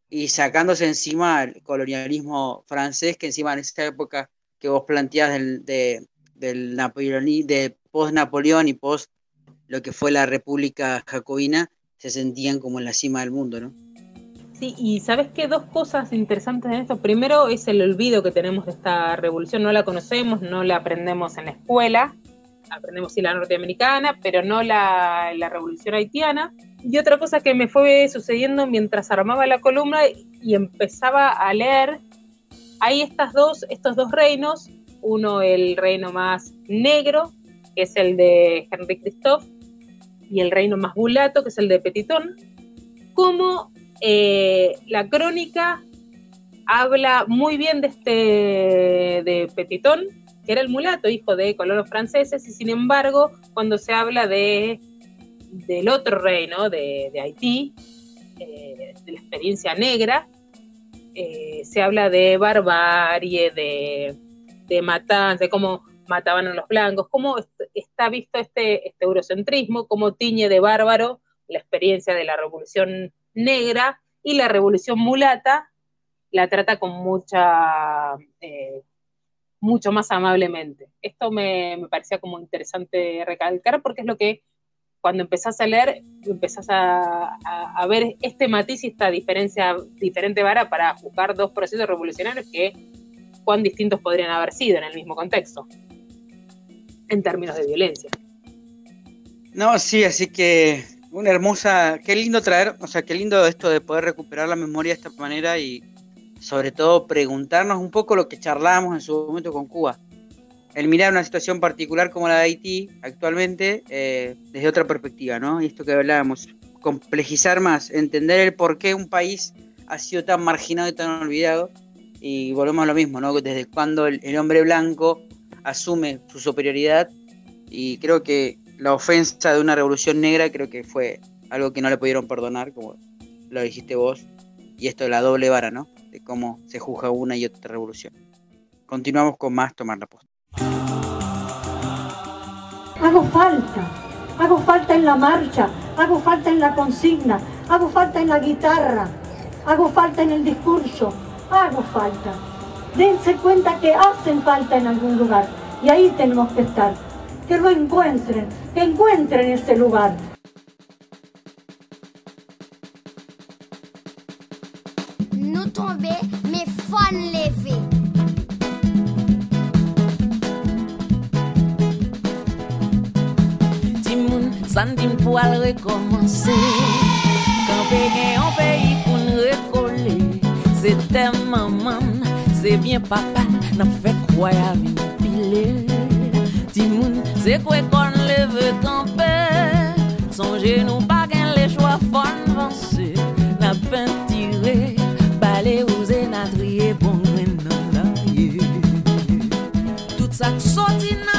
y sacándose encima el colonialismo francés, que encima en esa época que vos planteás del, de, del Napoleón, de post-Napoleón y post lo que fue la República Jacobina, se sentían como en la cima del mundo, ¿no? Sí, y ¿sabes qué? Dos cosas interesantes en esto. Primero es el olvido que tenemos de esta revolución, no la conocemos, no la aprendemos en la escuela, aprendemos sí la norteamericana, pero no la, la revolución haitiana. Y otra cosa que me fue sucediendo mientras armaba la columna y empezaba a leer, hay estas dos, estos dos reinos, uno el reino más negro, que es el de Henri Christophe, y el reino más mulato, que es el de Petitón, como eh, la crónica habla muy bien de este de Petitón, que era el mulato, hijo de colonos franceses, y sin embargo, cuando se habla de del otro reino, de, de Haití, eh, de la experiencia negra, eh, se habla de barbarie, de, de matanza, de cómo mataban a los blancos, cómo está visto este, este eurocentrismo, cómo tiñe de bárbaro la experiencia de la revolución negra, y la revolución mulata la trata con mucha, eh, mucho más amablemente. Esto me, me parecía como interesante recalcar, porque es lo que cuando empezás a leer, empezás a, a, a ver este matiz y esta diferencia, diferente vara para juzgar dos procesos revolucionarios que cuán distintos podrían haber sido en el mismo contexto, en términos de violencia. No, sí, así que una hermosa, qué lindo traer, o sea, qué lindo esto de poder recuperar la memoria de esta manera y sobre todo preguntarnos un poco lo que charlábamos en su momento con Cuba. El mirar una situación particular como la de Haití actualmente eh, desde otra perspectiva, ¿no? Y esto que hablábamos, complejizar más, entender el por qué un país ha sido tan marginado y tan olvidado, y volvemos a lo mismo, ¿no? Desde cuando el, el hombre blanco asume su superioridad, y creo que la ofensa de una revolución negra creo que fue algo que no le pudieron perdonar, como lo dijiste vos, y esto de la doble vara, ¿no? De cómo se juzga una y otra revolución. Continuamos con más Tomar la Posta. Hago falta, hago falta en la marcha, hago falta en la consigna, hago falta en la guitarra, hago falta en el discurso, hago falta. Dense cuenta que hacen falta en algún lugar y ahí tenemos que estar. Que lo encuentren, que encuentren ese lugar. Nous tomber, mais faut lever. Sandim pou al rekomanse Kampe gen yon peyi pou n'rekole Se tem maman, se bien papan Nan fe kwaya vin pile Timoun, se kwe kon leve kampe Sonje nou pa gen le chwa fon vanse Nan pen tire, bale ouze nan triye Bon gren nan la ye Tout sa soti nan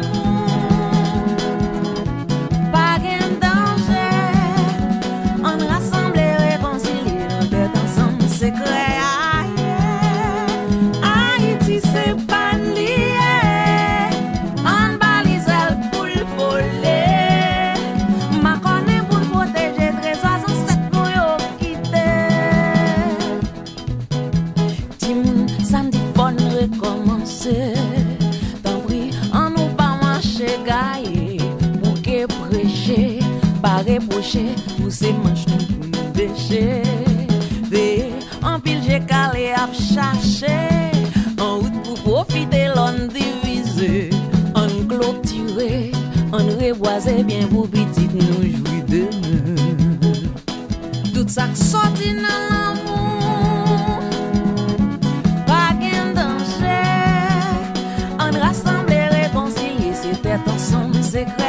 Pou se manch nou pou nou deche Veye, an pil jè kale ap chache An wout pou profite l'on divize An klotire, an reboise Bien pou pitit nou joui deme Tout sa k soti nan l'amou Pa gen danje An rassemble rekoncilie Se tèt ansan se kre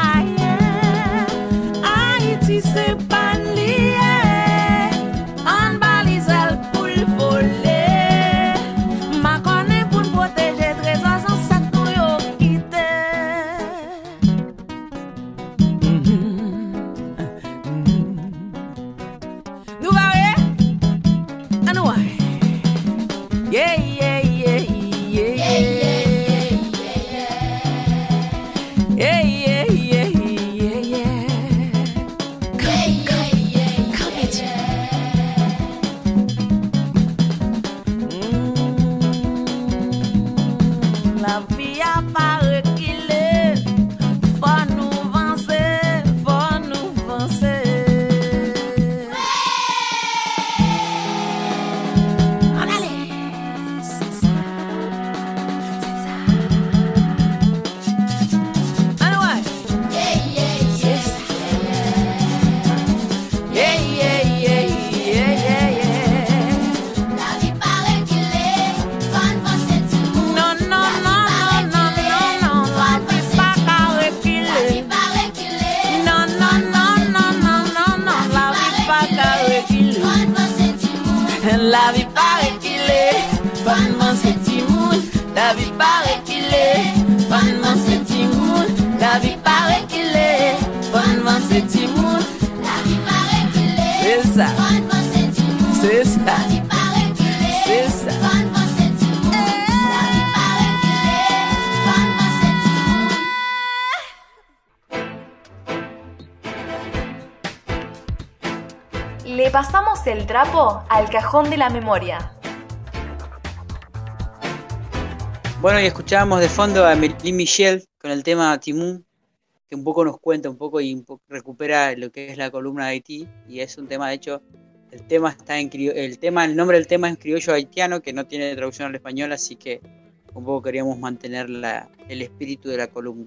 Se pan liye, an balizel pou l'vole Ma konen pou n'proteje trezor san sak nou yo kite La vie paraît qu'il est bonne man c'est Timoun. La vie paraît qu'il est bonne man c'est Timoun. La vie paraît qu'il est bonne man c'est Timoun. La vie paraît qu'il est c'est ça. Bonne man c'est Timoun. C'est ça. La vie paraît qu'il est c'est ça. Bonne man c'est Timoun. La vie paraît qu'il est bonne man c'est Timoun. Le pasamos el trapo al cajón de la memoria. Bueno, y escuchábamos de fondo a Melly Michel con el tema Timoun, que un poco nos cuenta un poco y un poco recupera lo que es la columna de Haití, y es un tema, de hecho, el tema está en criollo, el tema, el nombre del tema es en criollo haitiano, que no tiene traducción al español, así que un poco queríamos mantener la, el espíritu de la columna.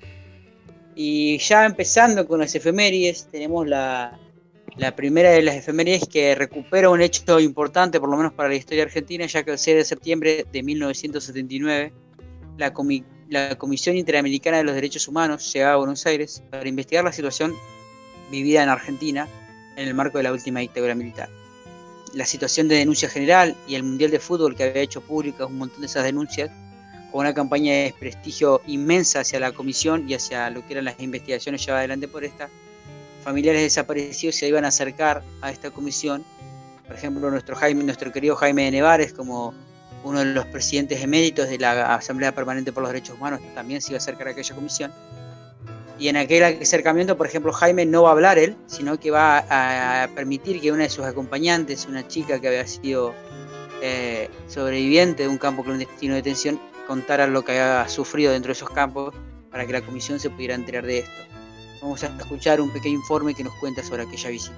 Y ya empezando con las efemérides, tenemos la, la primera de las efemérides que recupera un hecho importante, por lo menos para la historia argentina, ya que el seis de septiembre de mil novecientos setenta y nueve, la, Comi- la Comisión Interamericana de los Derechos Humanos llegaba a Buenos Aires para investigar la situación vivida en Argentina en el marco de la última dictadura militar. La situación de denuncia general y el Mundial de Fútbol, que había hecho públicas un montón de esas denuncias, con una campaña de desprestigio inmensa hacia la comisión y hacia lo que eran las investigaciones llevadas adelante por esta, familiares desaparecidos se iban a acercar a esta comisión. Por ejemplo, nuestro Jaime, nuestro querido Jaime de Nevares, como uno de los presidentes eméritos de la Asamblea Permanente por los Derechos Humanos, también se iba a acercar a aquella comisión. Y en aquel acercamiento, por ejemplo, Jaime no va a hablar él, sino que va a permitir que una de sus acompañantes, una chica que había sido eh, sobreviviente de un campo clandestino de detención, contara lo que había sufrido dentro de esos campos para que la comisión se pudiera enterar de esto. Vamos a escuchar un pequeño informe que nos cuenta sobre aquella visita.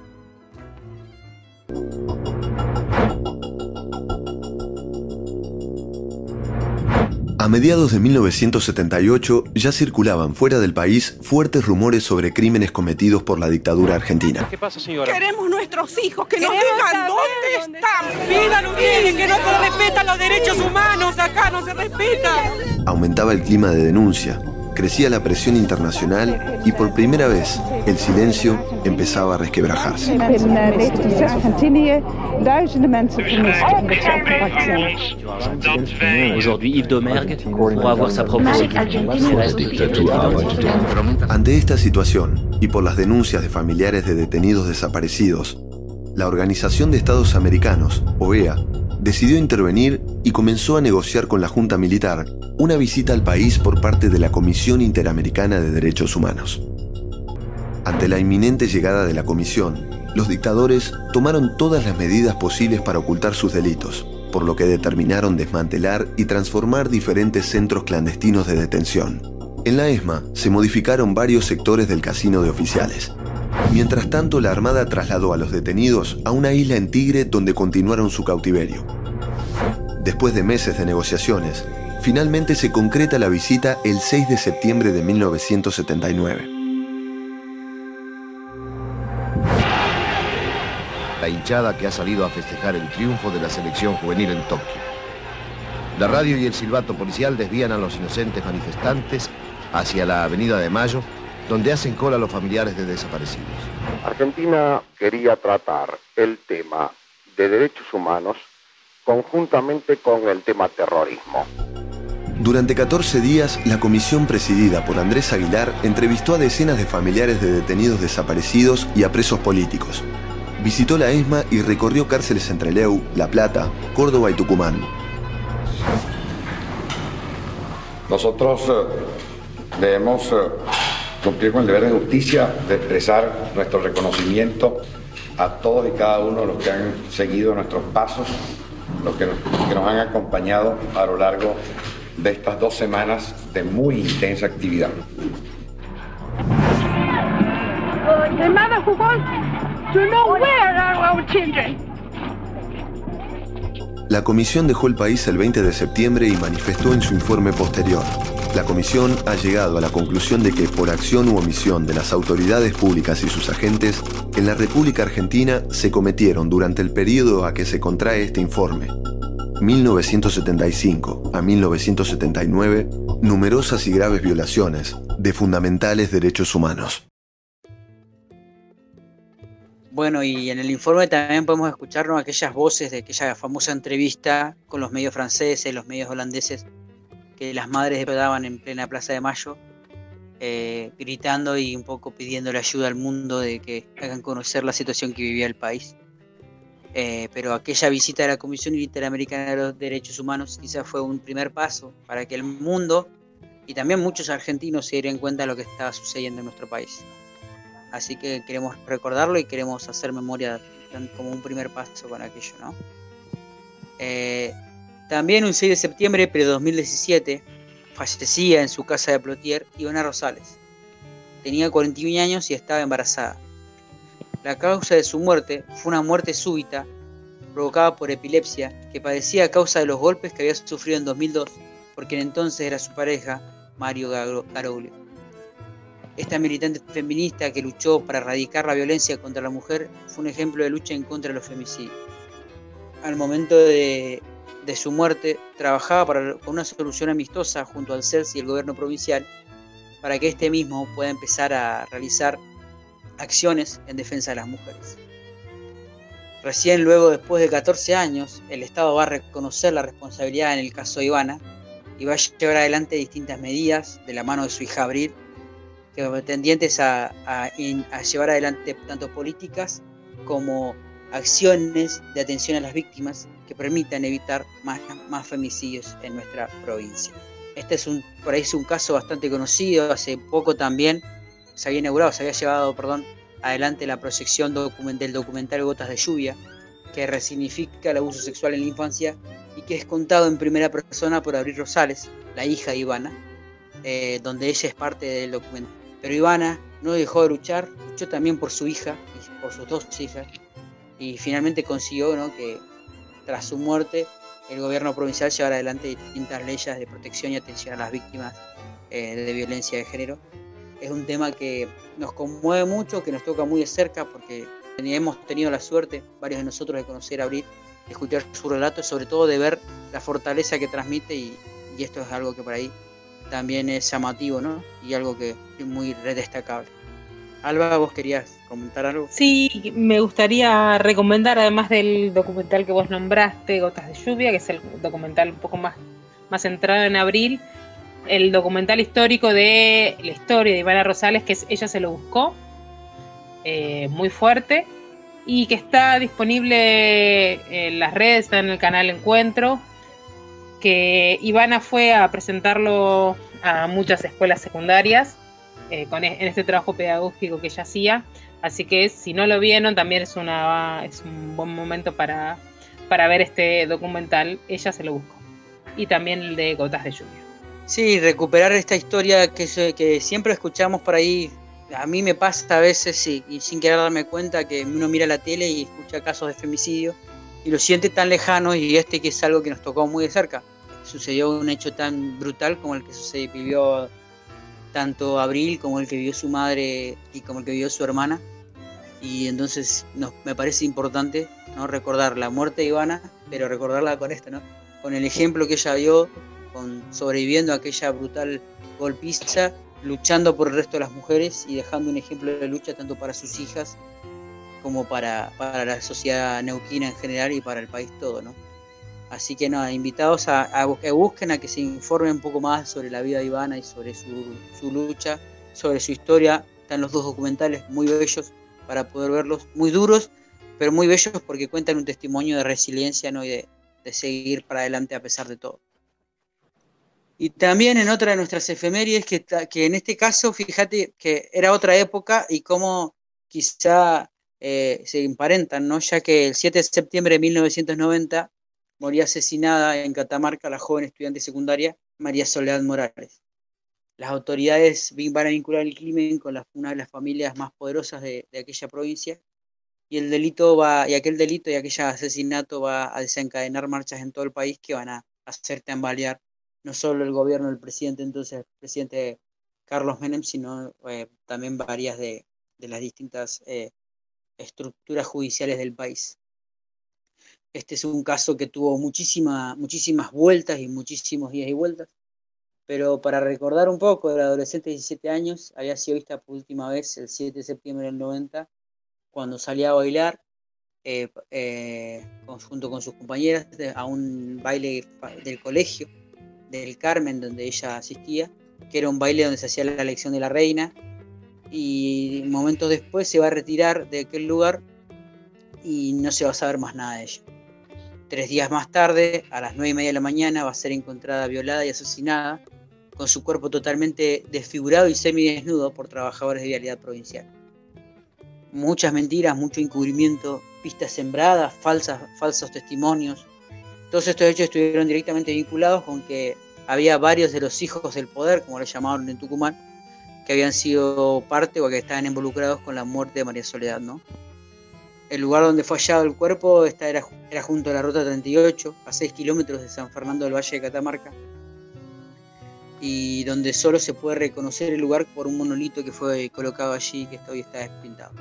A mediados de mil novecientos setenta y ocho ya circulaban fuera del país fuertes rumores sobre crímenes cometidos por la dictadura argentina. ¿Qué pasa, señora? Queremos nuestros hijos, que nos digan dónde están. Pidan ustedes que no se respetan los derechos humanos, acá no se respeta. Aumentaba el clima de denuncia, crecía la presión internacional y por primera vez el silencio empezaba a resquebrajarse. Aujourd'hui, Yves Domergue pourra avoir sa propre Ante esta situación, y por las denuncias de familiares de detenidos desaparecidos, la Organización de Estados Americanos, O E A, decidió intervenir y comenzó a negociar con la Junta Militar una visita al país por parte de la Comisión Interamericana de Derechos Humanos. Ante la inminente llegada de la comisión, los dictadores tomaron todas las medidas posibles para ocultar sus delitos, por lo que determinaron desmantelar y transformar diferentes centros clandestinos de detención. En la ESMA se modificaron varios sectores del casino de oficiales. Mientras tanto, la Armada trasladó a los detenidos a una isla en Tigre donde continuaron su cautiverio. Después de meses de negociaciones, finalmente se concreta la visita el seis de septiembre de mil novecientos setenta y nueve. La hinchada que ha salido a festejar el triunfo de la selección juvenil en Tokio. La radio y el silbato policial desvían a los inocentes manifestantes hacia la Avenida de Mayo, donde hacen cola los familiares de desaparecidos. Argentina quería tratar el tema de derechos humanos conjuntamente con el tema terrorismo. Durante catorce días, la comisión presidida por Andrés Aguilar entrevistó a decenas de familiares de detenidos desaparecidos y a presos políticos. Visitó la ESMA y recorrió cárceles en Trelew, La Plata, Córdoba y Tucumán. Nosotros eh, debemos eh, cumplir con el deber de justicia de expresar nuestro reconocimiento a todos y cada uno de los que han seguido nuestros pasos, los que, que nos han acompañado a lo largo de estas dos semanas de muy intensa actividad. La comisión dejó el país el veinte de septiembre y manifestó en su informe posterior: la comisión ha llegado a la conclusión de que, por acción u omisión de las autoridades públicas y sus agentes, en la República Argentina se cometieron durante el periodo a que se contrae este informe, mil novecientos setenta y cinco a mil novecientos setenta y nueve, numerosas y graves violaciones de fundamentales derechos humanos. Bueno, y en el informe también podemos escucharnos aquellas voces de aquella famosa entrevista con los medios franceses, los medios holandeses, que las madres daban en plena Plaza de Mayo, eh, gritando y un poco pidiéndole ayuda al mundo de que hagan conocer la situación que vivía el país. Eh, pero aquella visita de la Comisión Interamericana de los Derechos Humanos quizás fue un primer paso para que el mundo y también muchos argentinos se dieran cuenta de lo que estaba sucediendo en nuestro país. Así que queremos recordarlo y queremos hacer memoria como un primer paso con aquello, ¿no? Eh, también un seis de septiembre de dos mil diecisiete fallecía en su casa de Plotier Ivana Rosales. Tenía cuarenta y un años y estaba embarazada. La causa de su muerte fue una muerte súbita provocada por epilepsia que padecía a causa de los golpes que había sufrido en dos mil dos, porque entonces era su pareja, Mario Garoglio. Esta militante feminista que luchó para erradicar la violencia contra la mujer fue un ejemplo de lucha en contra de los femicidios. Al momento de, de su muerte, trabajaba para una solución amistosa junto al C E R S y el gobierno provincial para que este mismo pueda empezar a realizar acciones en defensa de las mujeres. Recién luego, después de catorce años, el Estado va a reconocer la responsabilidad en el caso de Ivana y va a llevar adelante distintas medidas de la mano de su hija Abril, que tendientes a, a, a llevar adelante tanto políticas como acciones de atención a las víctimas que permitan evitar más, más femicidios en nuestra provincia. Este es un, por ahí es un caso bastante conocido. Hace poco también se había inaugurado, se había llevado, perdón, adelante la proyección document, del documental Gotas de Lluvia, que resignifica el abuso sexual en la infancia y que es contado en primera persona por Abril Rosales, la hija de Ivana, eh, donde ella es parte del documental. Pero Ivana no dejó de luchar, luchó también por su hija y por sus dos hijas, y finalmente consiguió, ¿no?, que tras su muerte el gobierno provincial llevara adelante distintas leyes de protección y atención a las víctimas eh, de violencia de género. Es un tema que nos conmueve mucho, que nos toca muy de cerca, porque hemos tenido la suerte, varios de nosotros, de conocer a Abril, de escuchar su relato y sobre todo de ver la fortaleza que transmite, y, y esto es algo que por ahí también es llamativo, ¿no? Y algo que es muy destacable. Alba, ¿vos querías comentar algo? Sí, me gustaría recomendar, además del documental que vos nombraste, Gotas de Lluvia, que es el documental un poco más, más centrado en Abril, el documental histórico de la historia de Ivana Rosales, que es Ella se lo buscó, eh, muy fuerte, y que está disponible en las redes, está en el canal Encuentro, que Ivana fue a presentarlo a muchas escuelas secundarias eh, con, en este trabajo pedagógico que ella hacía, así que si no lo vieron también es, una, es un buen momento para, para ver este documental, Ella se lo buscó, y también el de Gotas de Lluvia. Sí, recuperar esta historia que, que siempre escuchamos por ahí. A mí me pasa a veces, sí, y sin querer darme cuenta, que uno mira la tele y escucha casos de femicidio y lo siente tan lejano, y este que es algo que nos tocó muy de cerca. Sucedió un hecho tan brutal como el que sucedió, vivió tanto Abril como el que vivió su madre y como el que vivió su hermana, y entonces nos, me parece importante, ¿no?, recordar la muerte de Ivana, pero recordarla con esto, ¿no?, con el ejemplo que ella vio, con sobreviviendo a aquella brutal golpiza, luchando por el resto de las mujeres y dejando un ejemplo de lucha tanto para sus hijas como para, para la sociedad neuquina en general y para el país todo, ¿no? Así que nada, invitados a, a que busquen, a que se informen un poco más sobre la vida de Ivana y sobre su, su lucha, sobre su historia. Están los dos documentales muy bellos para poder verlos, muy duros, pero muy bellos porque cuentan un testimonio de resiliencia, ¿no?, y de, de seguir para adelante a pesar de todo. Y también en otra de nuestras efemérides, que, que en este caso, fíjate que era otra época y cómo quizá eh, se emparentan, ¿no?, ya que el siete de septiembre de mil novecientos noventa moría asesinada en Catamarca la joven estudiante secundaria María Soledad Morales. Las autoridades van a vincular el crimen con la, una de las familias más poderosas de, de aquella provincia, y el delito va, y aquel delito y aquel asesinato va a desencadenar marchas en todo el país que van a hacer tambalear no solo el gobierno del presidente entonces, el presidente Carlos Menem, sino eh, también varias de, de las distintas eh, estructuras judiciales del país. Este es un caso que tuvo muchísima, muchísimas vueltas y muchísimos días y vueltas, pero para recordar un poco, el adolescente de diecisiete años había sido vista por última vez el siete de septiembre del noventa cuando salía a bailar eh, eh, junto con sus compañeras a un baile del colegio del Carmen donde ella asistía, que era un baile donde se hacía la elección de la reina, y momentos después se va a retirar de aquel lugar y no se va a saber más nada de ella. Tres días más tarde, a las nueve y media de la mañana, va a ser encontrada violada y asesinada, con su cuerpo totalmente desfigurado y semidesnudo por trabajadores de Vialidad Provincial. Muchas mentiras, mucho encubrimiento, pistas sembradas, falsas, falsos testimonios. Todos estos hechos estuvieron directamente vinculados con que había varios de los hijos del poder, como le llamaron en Tucumán, que habían sido parte o que estaban involucrados con la muerte de María Soledad, ¿no? El lugar donde fue hallado el cuerpo esta era, era junto a la Ruta treinta y ocho, a seis kilómetros de San Fernando del Valle de Catamarca, y donde solo se puede reconocer el lugar por un monolito que fue colocado allí, que hoy está despintado.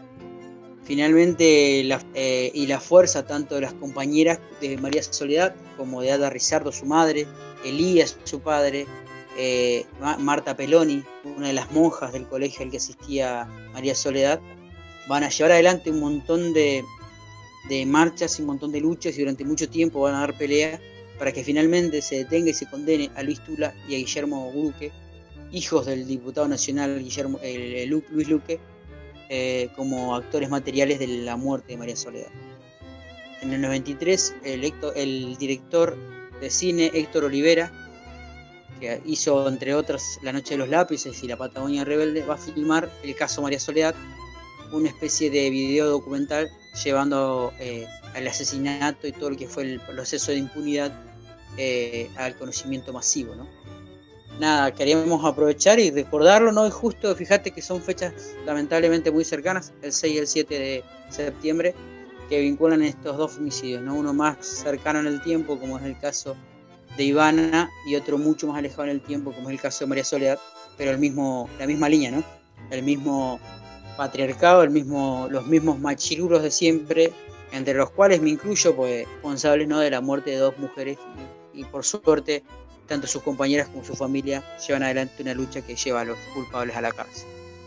Finalmente, la, eh, y la fuerza tanto de las compañeras de María Soledad como de Ada Rizardo, su madre, Elías, su padre, eh, Marta Peloni, una de las monjas del colegio al que asistía María Soledad, van a llevar adelante un montón de, de marchas y un montón de luchas, y durante mucho tiempo van a dar pelea para que finalmente se detenga y se condene a Luis Tula y a Guillermo Luque, hijos del diputado nacional Guillermo, el, el Luis Luque, eh, como actores materiales de la muerte de María Soledad. En el noventa y tres, el, Héctor, el director de cine Héctor Olivera, que hizo entre otras La Noche de los Lápices y La Patagonia Rebelde, va a filmar el caso María Soledad, una especie de video documental llevando eh, al asesinato y todo lo que fue el proceso de impunidad eh, al conocimiento masivo, ¿no? Nada, queríamos aprovechar y recordarlo, ¿no? Y justo, fíjate que son fechas lamentablemente muy cercanas, el seis y el siete de septiembre, que vinculan estos dos femicidios, ¿no? Uno más cercano en el tiempo, como es el caso de Ivana, y otro mucho más alejado en el tiempo, como es el caso de María Soledad, pero el mismo, la misma línea, ¿no? El mismo patriarcado, el mismo, los mismos machirulos de siempre, entre los cuales me incluyo, pues responsables, ¿no?, de la muerte de dos mujeres, y, y por suerte tanto sus compañeras como su familia llevan adelante una lucha que lleva a los culpables a la cárcel.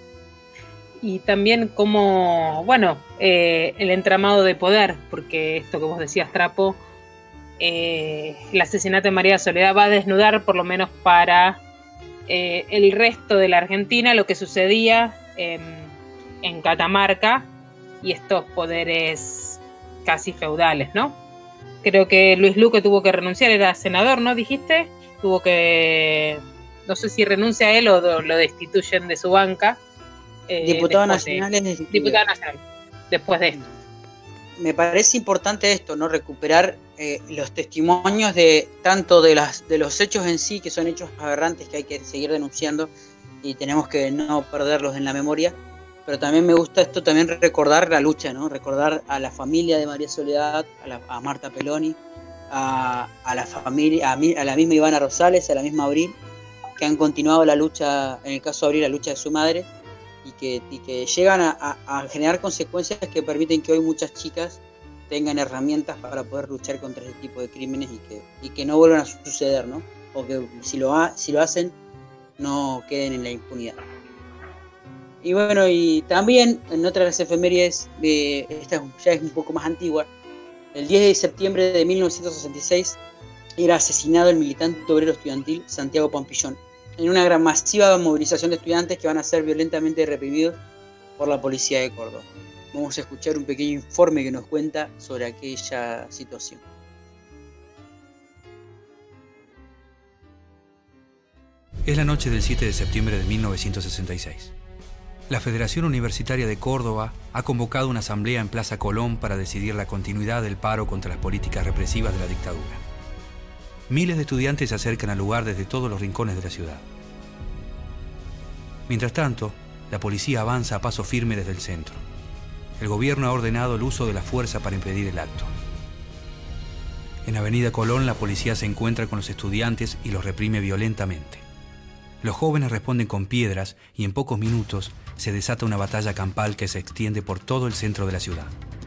Y también como, bueno, eh, el entramado de poder, porque esto que vos decías, Trapo, eh, el asesinato de María Soledad va a desnudar, por lo menos para eh, el resto de la Argentina, lo que sucedía en, en Catamarca y estos poderes casi feudales, ¿no? Creo que Luis Luque tuvo que renunciar, era senador, ¿no? Dijiste, tuvo que, no sé si renuncia a él o lo destituyen de su banca. Eh, Diputado nacional de, es Diputado nacional, después de esto. Me parece importante esto, ¿no? Recuperar eh, los testimonios de tanto de las de los hechos en sí, que son hechos aberrantes que hay que seguir denunciando y tenemos que no perderlos en la memoria, pero también me gusta esto también recordar la lucha, ¿no? Recordar a la familia de María Soledad, a, la, a Marta Peloni, a, a la familia, a, mi, a la misma Ivana Rosales, a la misma Abril, que han continuado la lucha, en el caso de Abril, la lucha de su madre, y que, y que llegan a, a, a generar consecuencias que permiten que hoy muchas chicas tengan herramientas para poder luchar contra este tipo de crímenes y que, y que no vuelvan a suceder, ¿no? O que si lo, ha, si lo hacen, no queden en la impunidad. Y bueno, y también en otra de las efemérides, eh, esta ya es un poco más antigua, el diez de septiembre de mil novecientos sesenta y seis era asesinado el militante obrero estudiantil Santiago Pampillón, en una gran masiva movilización de estudiantes que van a ser violentamente reprimidos por la policía de Córdoba. Vamos a escuchar un pequeño informe que nos cuenta sobre aquella situación. Es la noche del siete de septiembre de mil novecientos sesenta y seis. La Federación Universitaria de Córdoba ha convocado una asamblea en Plaza Colón para decidir la continuidad del paro contra las políticas represivas de la dictadura. Miles de estudiantes se acercan al lugar desde todos los rincones de la ciudad. Mientras tanto, la policía avanza a paso firme desde el centro. El gobierno ha ordenado el uso de la fuerza para impedir el acto. En Avenida Colón, la policía se encuentra con los estudiantes y los reprime violentamente. Los jóvenes responden con piedras y en pocos minutos se desata una batalla campal que se extiende por todo el centro de la ciudad.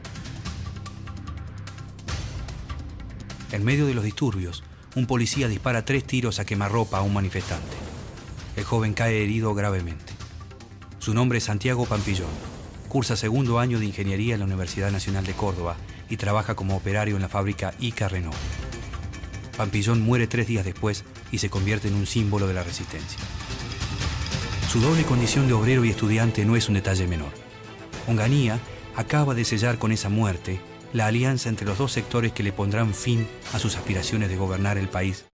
En medio de los disturbios, un policía dispara tres tiros a quemarropa a un manifestante. El joven cae herido gravemente. Su nombre es Santiago Pampillón, cursa segundo año de ingeniería en la Universidad Nacional de Córdoba y trabaja como operario en la fábrica Ica Renault. Pampillón muere tres días después y se convierte en un símbolo de la resistencia. Su doble condición de obrero y estudiante no es un detalle menor. Onganía acaba de sellar con esa muerte la alianza entre los dos sectores que le pondrán fin a sus aspiraciones de gobernar el país.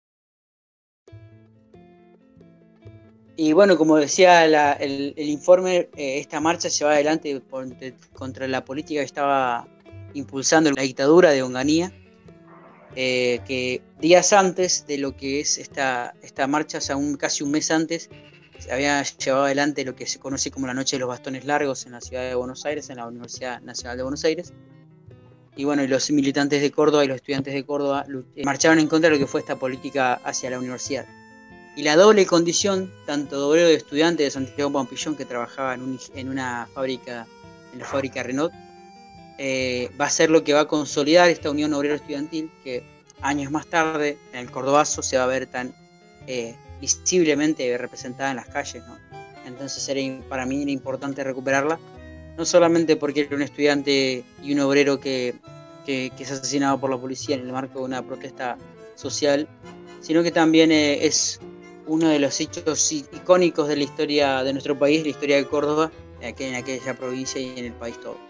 Y bueno, como decía la, el, el informe, eh, esta marcha se va adelante por, de, contra la política que estaba impulsando la dictadura de Onganía, eh, que días antes de lo que es esta, esta marcha, o sea, un, casi un mes antes, se había llevado adelante lo que se conoce como la Noche de los Bastones Largos en la ciudad de Buenos Aires, en la Universidad Nacional de Buenos Aires. Y bueno, y los militantes de Córdoba y los estudiantes de Córdoba marcharon en contra de lo que fue esta política hacia la universidad. Y la doble condición, tanto de obrero y de estudiante de Santiago Pampillón, que trabajaba en, un, en una fábrica, en la fábrica Renault, eh, va a ser lo que va a consolidar esta unión obrero-estudiantil, que años más tarde, en el Cordobazo, se va a ver tan eh, visiblemente representada en las calles, ¿no? Entonces era, para mí era importante recuperarla, no solamente porque era un estudiante y un obrero que, que, que es asesinado por la policía en el marco de una protesta social, sino que también eh, es uno de los hechos icónicos de la historia de nuestro país, la historia de Córdoba, en aquella provincia y en el país todo.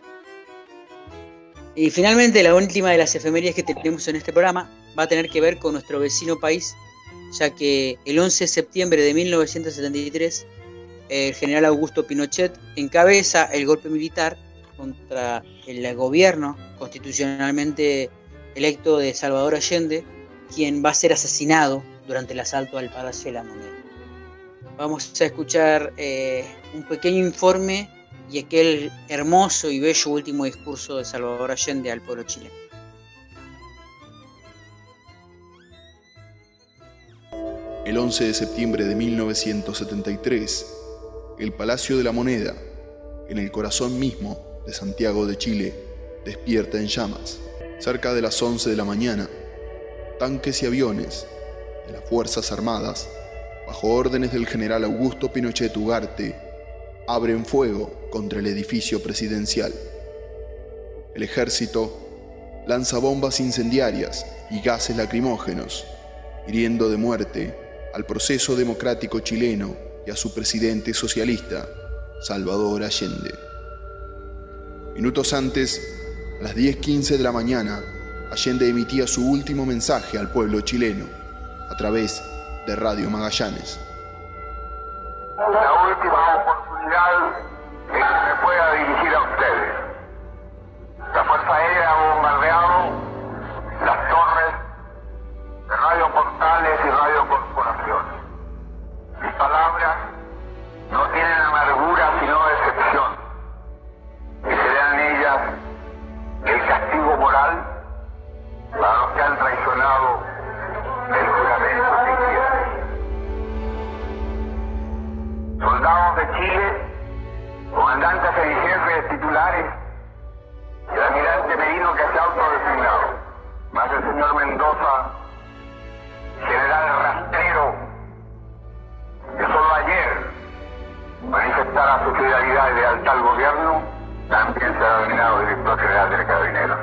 Y finalmente, la última de las efemérides que tenemos en este programa va a tener que ver con nuestro vecino país, ya que el once de septiembre de mil novecientos setenta y tres, el general Augusto Pinochet encabeza el golpe militar contra el gobierno constitucionalmente electo de Salvador Allende, quien va a ser asesinado durante el asalto al Palacio de la Moneda. Vamos a escuchar eh, un pequeño informe y aquel hermoso y bello último discurso de Salvador Allende al pueblo chileno. El once de septiembre de mil novecientos setenta y tres, el Palacio de la Moneda, en el corazón mismo de Santiago de Chile, despierta en llamas. Cerca de las once de la mañana, tanques y aviones de las Fuerzas Armadas, bajo órdenes del general Augusto Pinochet Ugarte, abren fuego contra el edificio presidencial. El ejército lanza bombas incendiarias y gases lacrimógenos, hiriendo de muerte al proceso democrático chileno y a su presidente socialista, Salvador Allende. Minutos antes, a las diez quince de la mañana, Allende emitía su último mensaje al pueblo chileno a través de Radio Magallanes. La última oportunidad en que me pueda dirigir a ustedes. La Fuerza Aérea ha bombardeado las torres de Radio Portales y Radio Corporaciones. Mis palabras no tienen amargura sino decepción, y serán ellas el castigo moral para los que han traicionado el juramento que hicieron. Soldados de Chile, comandantes en jefe titulares, y el almirante Merino que se ha autodesignado, más el señor Mendoza, general rastrero, que solo ayer manifestara su fidelidad y lealtad al gobierno, también se ha denominado director general de Carabineros.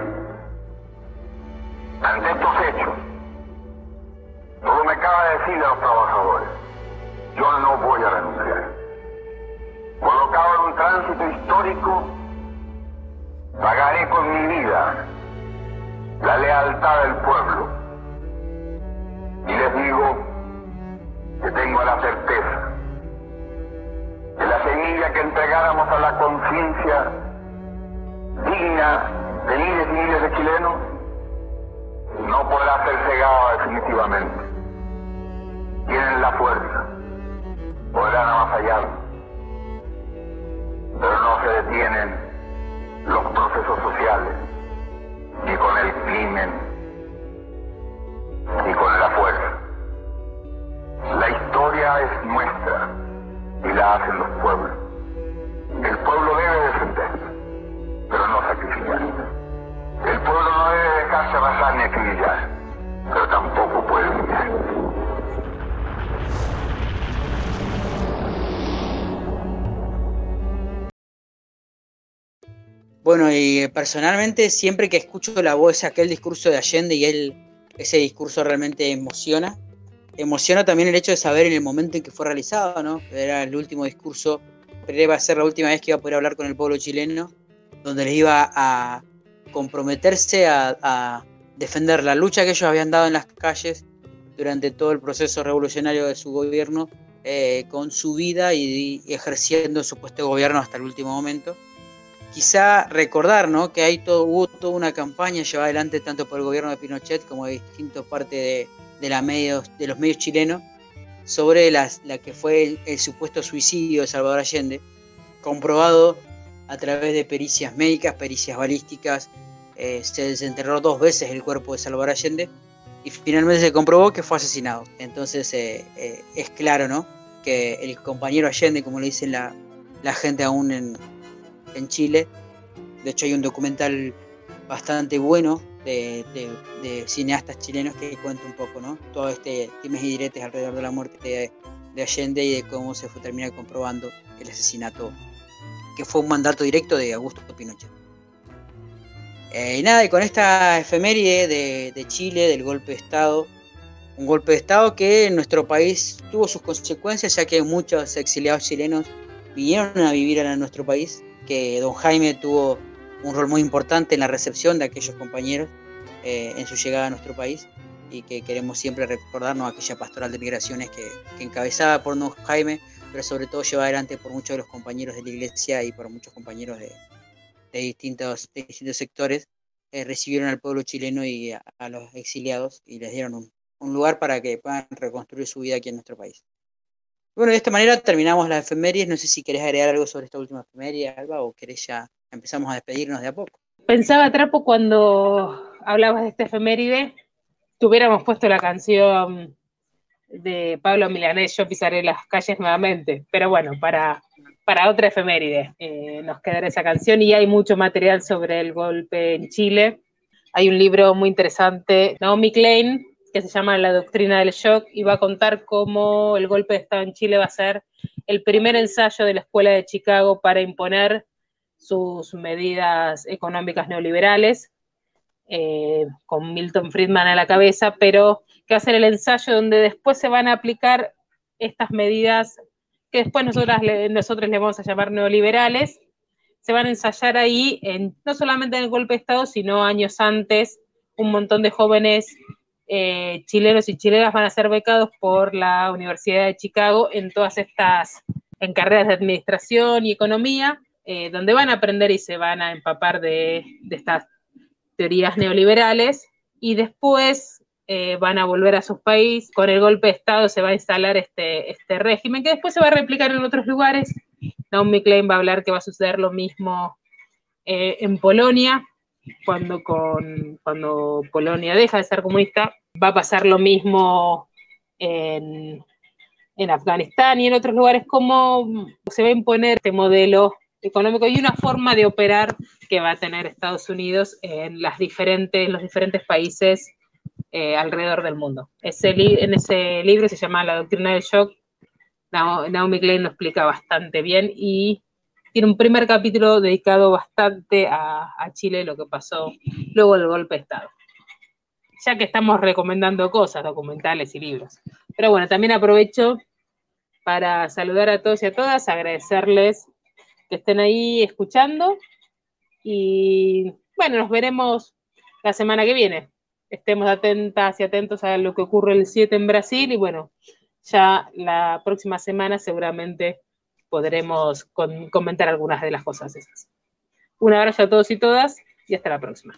Ante estos hechos, todo me cabe decir a los trabajadores: yo no voy a renunciar. Colocado en un tránsito histórico, pagaré con mi vida la lealtad del pueblo. Y les digo que tengo la certeza que la semilla que entregáramos a la conciencia digna de miles y miles de chilenos no podrá ser cegada definitivamente. Tienen la fuerza, podrán avasallar, pero no se detienen los procesos sociales, ni con el crimen, ni con la fuerza. La historia es nuestra y la hacen los pueblos. El pueblo debe defenderse, pero no sacrificarse. El pueblo no debe dejarse arrasar ni acribillar, pero tampoco puede humillar. Bueno, y personalmente siempre que escucho la voz, aquel discurso de Allende, y él, ese discurso realmente emociona. Emociona también el hecho de saber en el momento en que fue realizado, ¿no? Era el último discurso, pero iba a ser la última vez que iba a poder hablar con el pueblo chileno, donde les iba a comprometerse a, a defender la lucha que ellos habían dado en las calles durante todo el proceso revolucionario de su gobierno, eh, con su vida y, y ejerciendo su puesto de gobierno hasta el último momento. Quizá recordar, ¿no?, que hay todo, hubo toda una campaña llevada adelante tanto por el gobierno de Pinochet como de distintas partes de, de, la medios, de los medios chilenos sobre las, la que fue el, el supuesto suicidio de Salvador Allende, comprobado a través de pericias médicas, pericias balísticas. Eh, se desenterró dos veces el cuerpo de Salvador Allende y finalmente se comprobó que fue asesinado. Entonces eh, eh, es claro, ¿no?, que el compañero Allende, como le dicen la, la gente aún en, en Chile, de hecho hay un documental bastante bueno de, de, de cineastas chilenos que cuenta un poco, ¿no?, todo este dimes y diretes alrededor de la muerte de, de Allende y de cómo se fue terminar comprobando el asesinato, que fue un mandato directo de Augusto Pinochet. Eh, y nada, y con esta efeméride de, de Chile, del golpe de Estado, un golpe de Estado que en nuestro país tuvo sus consecuencias, ya que muchos exiliados chilenos vinieron a vivir a nuestro país, que don Jaime tuvo un rol muy importante en la recepción de aquellos compañeros eh, en su llegada a nuestro país, y que queremos siempre recordarnos aquella pastoral de migraciones que, que encabezada por don Jaime, pero sobre todo llevada adelante por muchos de los compañeros de la iglesia y por muchos compañeros de, de, distintos, de distintos sectores, eh, recibieron al pueblo chileno y a, a los exiliados y les dieron un, un lugar para que puedan reconstruir su vida aquí en nuestro país. Bueno, de esta manera terminamos las efemérides. No sé si querés agregar algo sobre esta última efeméride, Alba, o querés ya empezamos a despedirnos de a poco. Pensaba, Trapo, cuando hablabas de esta efeméride, que hubiéramos puesto la canción de Pablo Milanés, Yo pisaré las calles nuevamente, pero bueno, para, para otra efeméride eh, nos quedará esa canción, y hay mucho material sobre el golpe en Chile. Hay un libro muy interesante, Naomi Klein, que se llama La doctrina del shock, y va a contar cómo el golpe de Estado en Chile va a ser el primer ensayo de la Escuela de Chicago para imponer sus medidas económicas neoliberales, eh, con Milton Friedman a la cabeza, pero que va a ser el ensayo donde después se van a aplicar estas medidas que después nosotras le, nosotros le vamos a llamar neoliberales. Se van a ensayar ahí, en, no solamente en el golpe de Estado, sino años antes. Un montón de jóvenes eh, chilenos y chilenas van a ser becados por la Universidad de Chicago en todas estas, en carreras de administración y economía, eh, donde van a aprender y se van a empapar de, de estas teorías neoliberales, y después eh, van a volver a sus países. Con el golpe de Estado se va a instalar este, este régimen, que después se va a replicar en otros lugares. Naomi Klein va a hablar que va a suceder lo mismo eh, en Polonia, cuando, con, cuando Polonia deja de ser comunista. Va a pasar lo mismo en, en Afganistán y en otros lugares, como se va a imponer este modelo económico y una forma de operar que va a tener Estados Unidos en, las diferentes, los diferentes países eh, alrededor del mundo. Ese li- en ese libro, se llama La doctrina del shock, Naomi Klein lo explica bastante bien, y tiene un primer capítulo dedicado bastante a, a Chile, lo que pasó luego del golpe de Estado. Ya que estamos recomendando cosas, documentales y libros. Pero bueno, también aprovecho para saludar a todos y a todas, agradecerles que estén ahí escuchando, y bueno, nos veremos la semana que viene. Estemos atentas y atentos a lo que ocurre el siete en Brasil, y bueno, ya la próxima semana seguramente podremos con, comentar algunas de las cosas esas. Un abrazo a todos y todas, y hasta la próxima.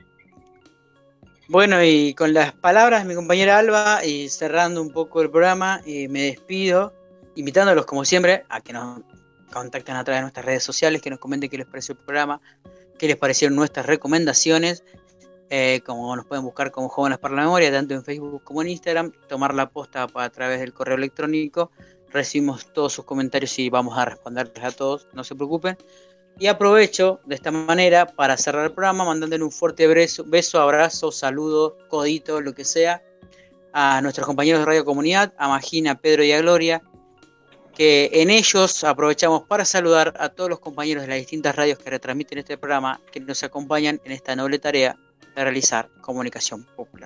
Bueno, y con las palabras de mi compañera Alba, y cerrando un poco el programa, eh, me despido, invitándolos como siempre a que nos contacten a través de nuestras redes sociales, que nos comenten qué les pareció el programa, qué les parecieron nuestras recomendaciones, eh, como nos pueden buscar como Jóvenes para la Memoria, tanto en Facebook como en Instagram, tomar la posta a través del correo electrónico. Recibimos todos sus comentarios y vamos a responderles a todos, no se preocupen. Y aprovecho de esta manera para cerrar el programa mandándole un fuerte beso, beso, abrazo, saludo, codito, lo que sea, a nuestros compañeros de Radio Comunidad, a Magina, a Pedro y a Gloria, que en ellos aprovechamos para saludar a todos los compañeros de las distintas radios que retransmiten este programa, que nos acompañan en esta noble tarea de realizar comunicación popular.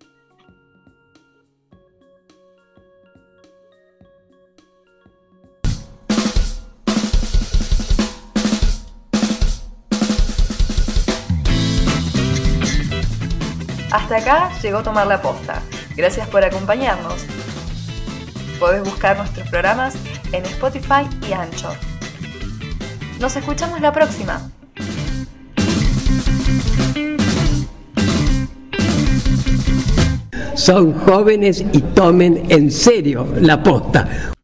Hasta acá llegó Tomar la Posta. Gracias por acompañarnos. Podés buscar nuestros programas en Spotify y Anchor. Nos escuchamos la próxima. Son jóvenes y tomen en serio la posta.